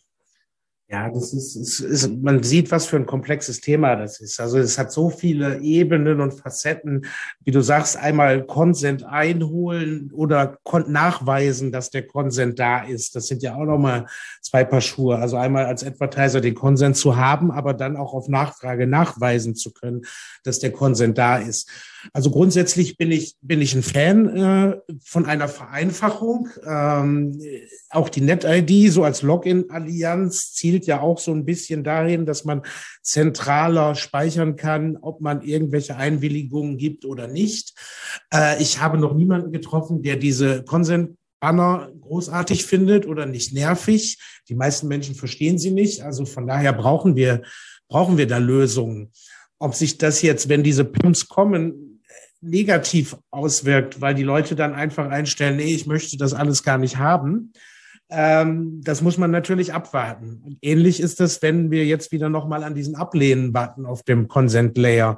Ja, das ist, man sieht, was für ein komplexes Thema das ist. Also es hat so viele Ebenen und Facetten, wie du sagst, einmal Consent einholen oder nachweisen, dass der Consent da ist. Das sind ja auch nochmal zwei Paar Schuhe. Also einmal als Advertiser den Consent zu haben, aber dann auch auf Nachfrage nachweisen zu können, dass der Consent da ist. Also grundsätzlich bin ich ein Fan von einer Vereinfachung. Auch die NetID so als Login-Allianz zielt ja auch so ein bisschen dahin, dass man zentraler speichern kann, ob man irgendwelche Einwilligungen gibt oder nicht. Ich habe noch niemanden getroffen, der diese Consent-Banner großartig findet oder nicht nervig. Die meisten Menschen verstehen sie nicht. Also von daher brauchen wir da Lösungen. Ob sich das jetzt, wenn diese PIMs kommen, negativ auswirkt, weil die Leute dann einfach einstellen, nee, ich möchte das alles gar nicht haben. Das muss man natürlich abwarten. Und ähnlich ist das, wenn wir jetzt wieder nochmal an diesen Ablehnen-Button auf dem Consent-Layer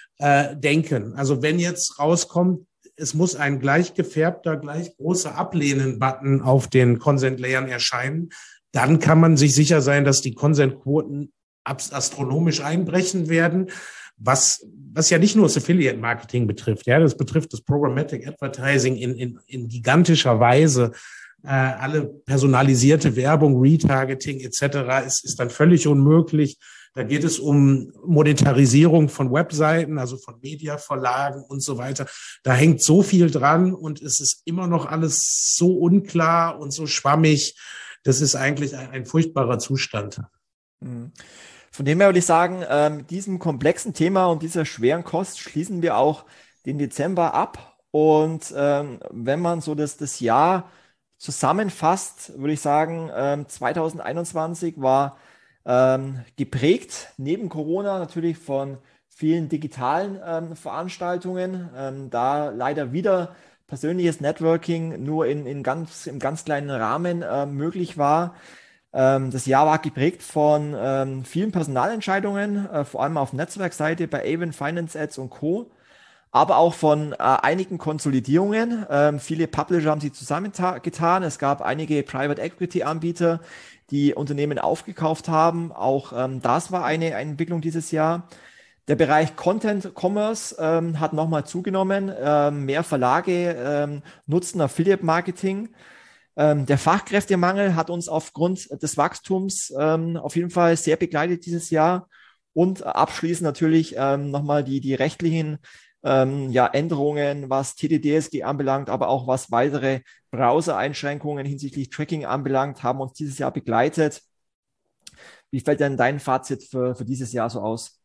denken. Also wenn jetzt rauskommt, es muss ein gleich gefärbter, gleich großer Ablehnen-Button auf den Consent-Layern erscheinen, dann kann man sich sicher sein, dass die Consent-Quoten astronomisch einbrechen werden, was ja nicht nur das Affiliate-Marketing betrifft, ja, das betrifft das Programmatic Advertising in gigantischer Weise. Alle personalisierte Werbung, Retargeting etc. ist dann völlig unmöglich. Da geht es um Monetarisierung von Webseiten, also von Mediaverlagen und so weiter. Da hängt so viel dran und es ist immer noch alles so unklar und so schwammig. Das ist eigentlich ein furchtbarer Zustand. Mhm. Von dem her würde ich sagen, mit diesem komplexen Thema und dieser schweren Kost schließen wir auch den Dezember ab. Und wenn man so das Jahr zusammenfasst, würde ich sagen, 2021 war geprägt, neben Corona natürlich von vielen digitalen Veranstaltungen, da leider wieder persönliches Networking nur im ganz kleinen Rahmen möglich war. Das Jahr war geprägt von vielen Personalentscheidungen, vor allem auf Netzwerkseite bei Avon, Finance Ads und Co., aber auch von einigen Konsolidierungen. Viele Publisher haben sich zusammengetan. Es gab einige Private Equity Anbieter, die Unternehmen aufgekauft haben. Auch das war eine Entwicklung dieses Jahr. Der Bereich Content Commerce hat nochmal zugenommen. Mehr Verlage nutzen Affiliate Marketing. Der Fachkräftemangel hat uns aufgrund des Wachstums auf jeden Fall sehr begleitet dieses Jahr. Und abschließend natürlich nochmal die rechtlichen Änderungen, was TTDSG anbelangt, aber auch was weitere Browser-Einschränkungen hinsichtlich Tracking anbelangt, haben uns dieses Jahr begleitet. Wie fällt denn dein Fazit für dieses Jahr so aus?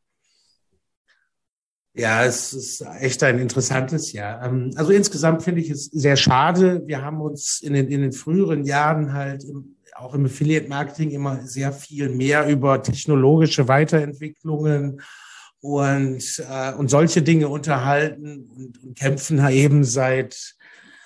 Ja, es ist echt ein interessantes Jahr. Also insgesamt finde ich es sehr schade. Wir haben uns in den früheren Jahren halt auch im Affiliate-Marketing immer sehr viel mehr über technologische Weiterentwicklungen und solche Dinge unterhalten und kämpfen eben seit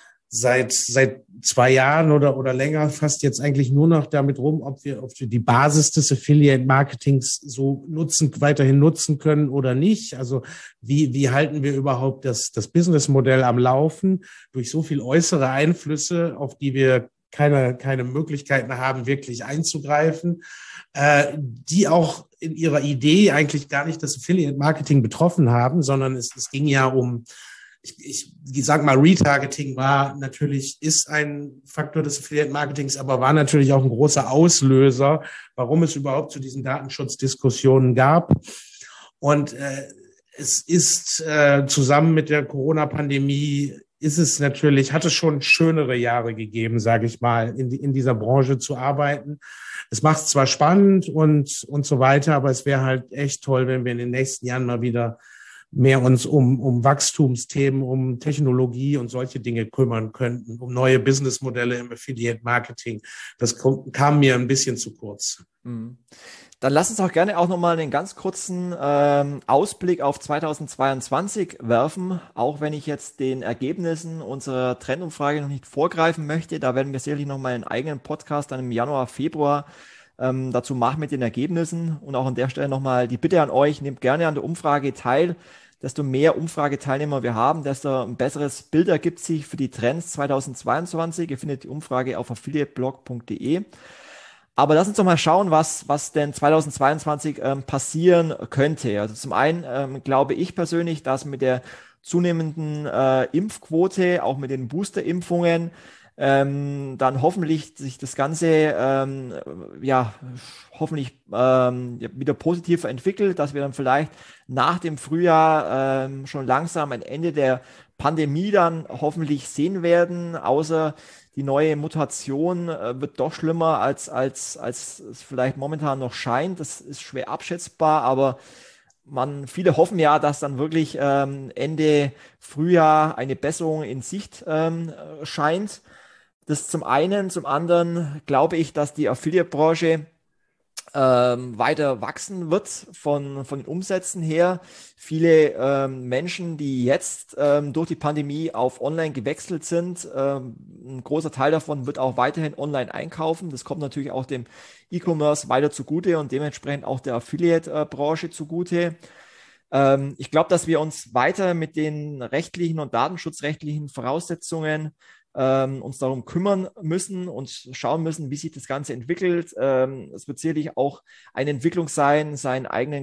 2 Jahren oder länger fast jetzt eigentlich nur noch damit rum, ob wir die Basis des Affiliate-Marketings so weiterhin nutzen können oder nicht. Also wie halten wir überhaupt das Businessmodell am Laufen durch so viel äußere Einflüsse, auf die wir keine Möglichkeiten haben, wirklich einzugreifen, die auch in ihrer Idee eigentlich gar nicht das Affiliate-Marketing betroffen haben, sondern es ging ja um ich sag mal, Retargeting ist ein Faktor des Affiliate-Marketings, aber war natürlich auch ein großer Auslöser, warum es überhaupt zu diesen Datenschutzdiskussionen gab. Und es ist zusammen mit der Corona-Pandemie hat es schon schönere Jahre gegeben, sage ich mal, in dieser Branche zu arbeiten. Es macht es zwar spannend und so weiter, aber es wäre halt echt toll, wenn wir in den nächsten Jahren mal wieder mehr uns um Wachstumsthemen, um Technologie und solche Dinge kümmern könnten, um neue Businessmodelle im Affiliate-Marketing. Das kam mir ein bisschen zu kurz. Mhm. Dann lass uns auch gerne auch nochmal einen ganz kurzen Ausblick auf 2022 werfen, auch wenn ich jetzt den Ergebnissen unserer Trendumfrage noch nicht vorgreifen möchte. Da werden wir sicherlich nochmal einen eigenen Podcast dann im Januar, Februar dazu machen mit den Ergebnissen. Und auch an der Stelle nochmal die Bitte an euch, nehmt gerne an der Umfrage teil. Desto mehr Umfrageteilnehmer wir haben, desto ein besseres Bild ergibt sich für die Trends 2022. Ihr findet die Umfrage auf affiliateblog.de. Aber lass uns doch mal schauen, was denn 2022 passieren könnte. Also zum einen glaube ich persönlich, dass mit der zunehmenden Impfquote, auch mit den Boosterimpfungen, dann hoffentlich sich das Ganze hoffentlich wieder positiver entwickelt, dass wir dann vielleicht nach dem Frühjahr schon langsam ein Ende der Pandemie dann hoffentlich sehen werden, außer die neue Mutation wird doch schlimmer, als es vielleicht momentan noch scheint. Das ist schwer abschätzbar, aber viele hoffen ja, dass dann wirklich Ende Frühjahr eine Besserung in Sicht scheint. Das zum einen. Zum anderen glaube ich, dass die Affiliate-Branche weiter wachsen wird von den Umsätzen her. Viele Menschen, die jetzt durch die Pandemie auf Online gewechselt sind, ein großer Teil davon wird auch weiterhin online einkaufen. Das kommt natürlich auch dem E-Commerce weiter zugute und dementsprechend auch der Affiliate-Branche zugute. Ich glaube, dass wir uns weiter mit den rechtlichen und datenschutzrechtlichen Voraussetzungen uns darum kümmern müssen und schauen müssen, wie sich das Ganze entwickelt. Es wird sicherlich auch eine Entwicklung sein, seinen eigenen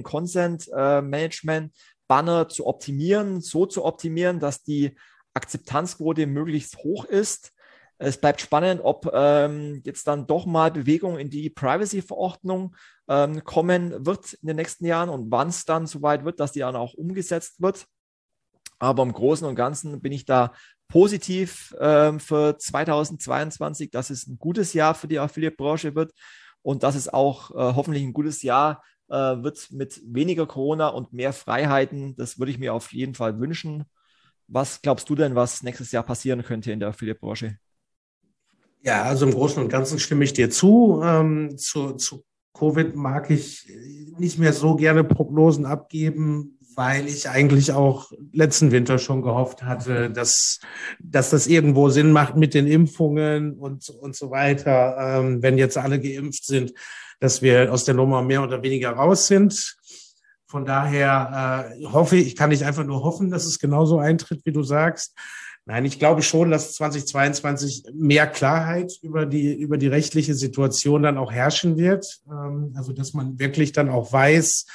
Consent-Management-Banner zu optimieren, so zu optimieren, dass die Akzeptanzquote möglichst hoch ist. Es bleibt spannend, ob jetzt dann doch mal Bewegung in die Privacy-Verordnung kommen wird in den nächsten Jahren und wann es dann soweit wird, dass die dann auch umgesetzt wird. Aber im Großen und Ganzen bin ich da positiv für 2022, dass es ein gutes Jahr für die Affiliate-Branche wird und dass es auch hoffentlich ein gutes Jahr wird mit weniger Corona und mehr Freiheiten. Das würde ich mir auf jeden Fall wünschen. Was glaubst du denn, was nächstes Jahr passieren könnte in der Affiliate-Branche? Ja, also im Großen und Ganzen stimme ich dir zu. Zu Covid mag ich nicht mehr so gerne Prognosen abgeben, weil ich eigentlich auch letzten Winter schon gehofft hatte, dass das irgendwo Sinn macht mit den Impfungen und so weiter, wenn jetzt alle geimpft sind, dass wir aus der Nummer mehr oder weniger raus sind. Von daher kann ich einfach nur hoffen, dass es genauso eintritt, wie du sagst. Nein, ich glaube schon, dass 2022 mehr Klarheit über die rechtliche Situation dann auch herrschen wird. Also, dass man wirklich dann auch weiß,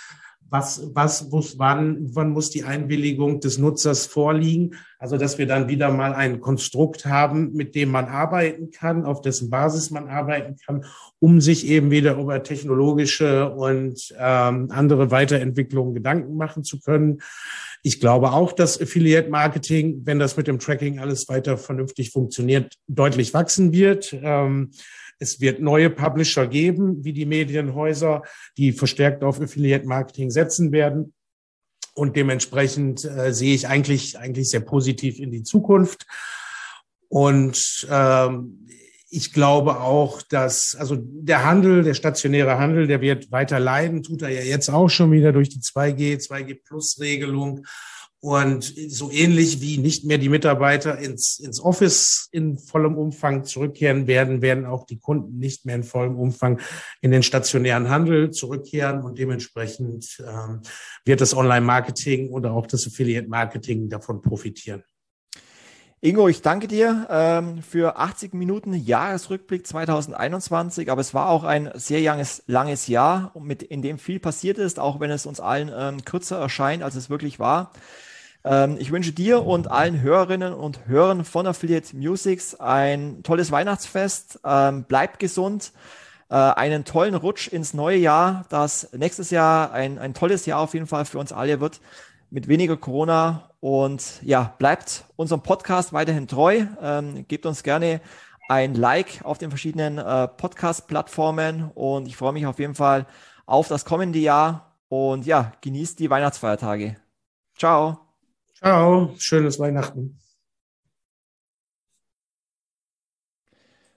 wann muss die Einwilligung des Nutzers vorliegen. Also, dass wir dann wieder mal ein Konstrukt haben, mit dem man arbeiten kann, auf dessen Basis man arbeiten kann, um sich eben wieder über technologische und andere Weiterentwicklungen Gedanken machen zu können. Ich glaube auch, dass Affiliate Marketing, wenn das mit dem Tracking alles weiter vernünftig funktioniert, deutlich wachsen wird. Es wird neue Publisher geben, wie die Medienhäuser, die verstärkt auf Affiliate Marketing setzen werden. Und dementsprechend sehe ich eigentlich sehr positiv in die Zukunft. Und ich glaube auch, dass also der stationäre Handel, der wird weiter leiden, tut er ja jetzt auch schon wieder durch die 2G-Plus-Regelung. Und so ähnlich wie nicht mehr die Mitarbeiter ins Office in vollem Umfang zurückkehren werden auch die Kunden nicht mehr in vollem Umfang in den stationären Handel zurückkehren. Und dementsprechend wird das Online-Marketing oder auch das Affiliate-Marketing davon profitieren. Ingo, ich danke dir für 80 Minuten Jahresrückblick 2021, aber es war auch ein sehr langes Jahr, in dem viel passiert ist, auch wenn es uns allen kürzer erscheint, als es wirklich war. Ich wünsche dir und allen Hörerinnen und Hörern von Affiliate Musics ein tolles Weihnachtsfest, bleibt gesund, einen tollen Rutsch ins neue Jahr, das nächstes Jahr ein tolles Jahr auf jeden Fall für uns alle wird, mit weniger Corona, und ja, bleibt unserem Podcast weiterhin treu. Gebt uns gerne ein Like auf den verschiedenen Podcast-Plattformen, und ich freue mich auf jeden Fall auf das kommende Jahr, und ja, genießt die Weihnachtsfeiertage. Ciao. Ciao, schönes Weihnachten.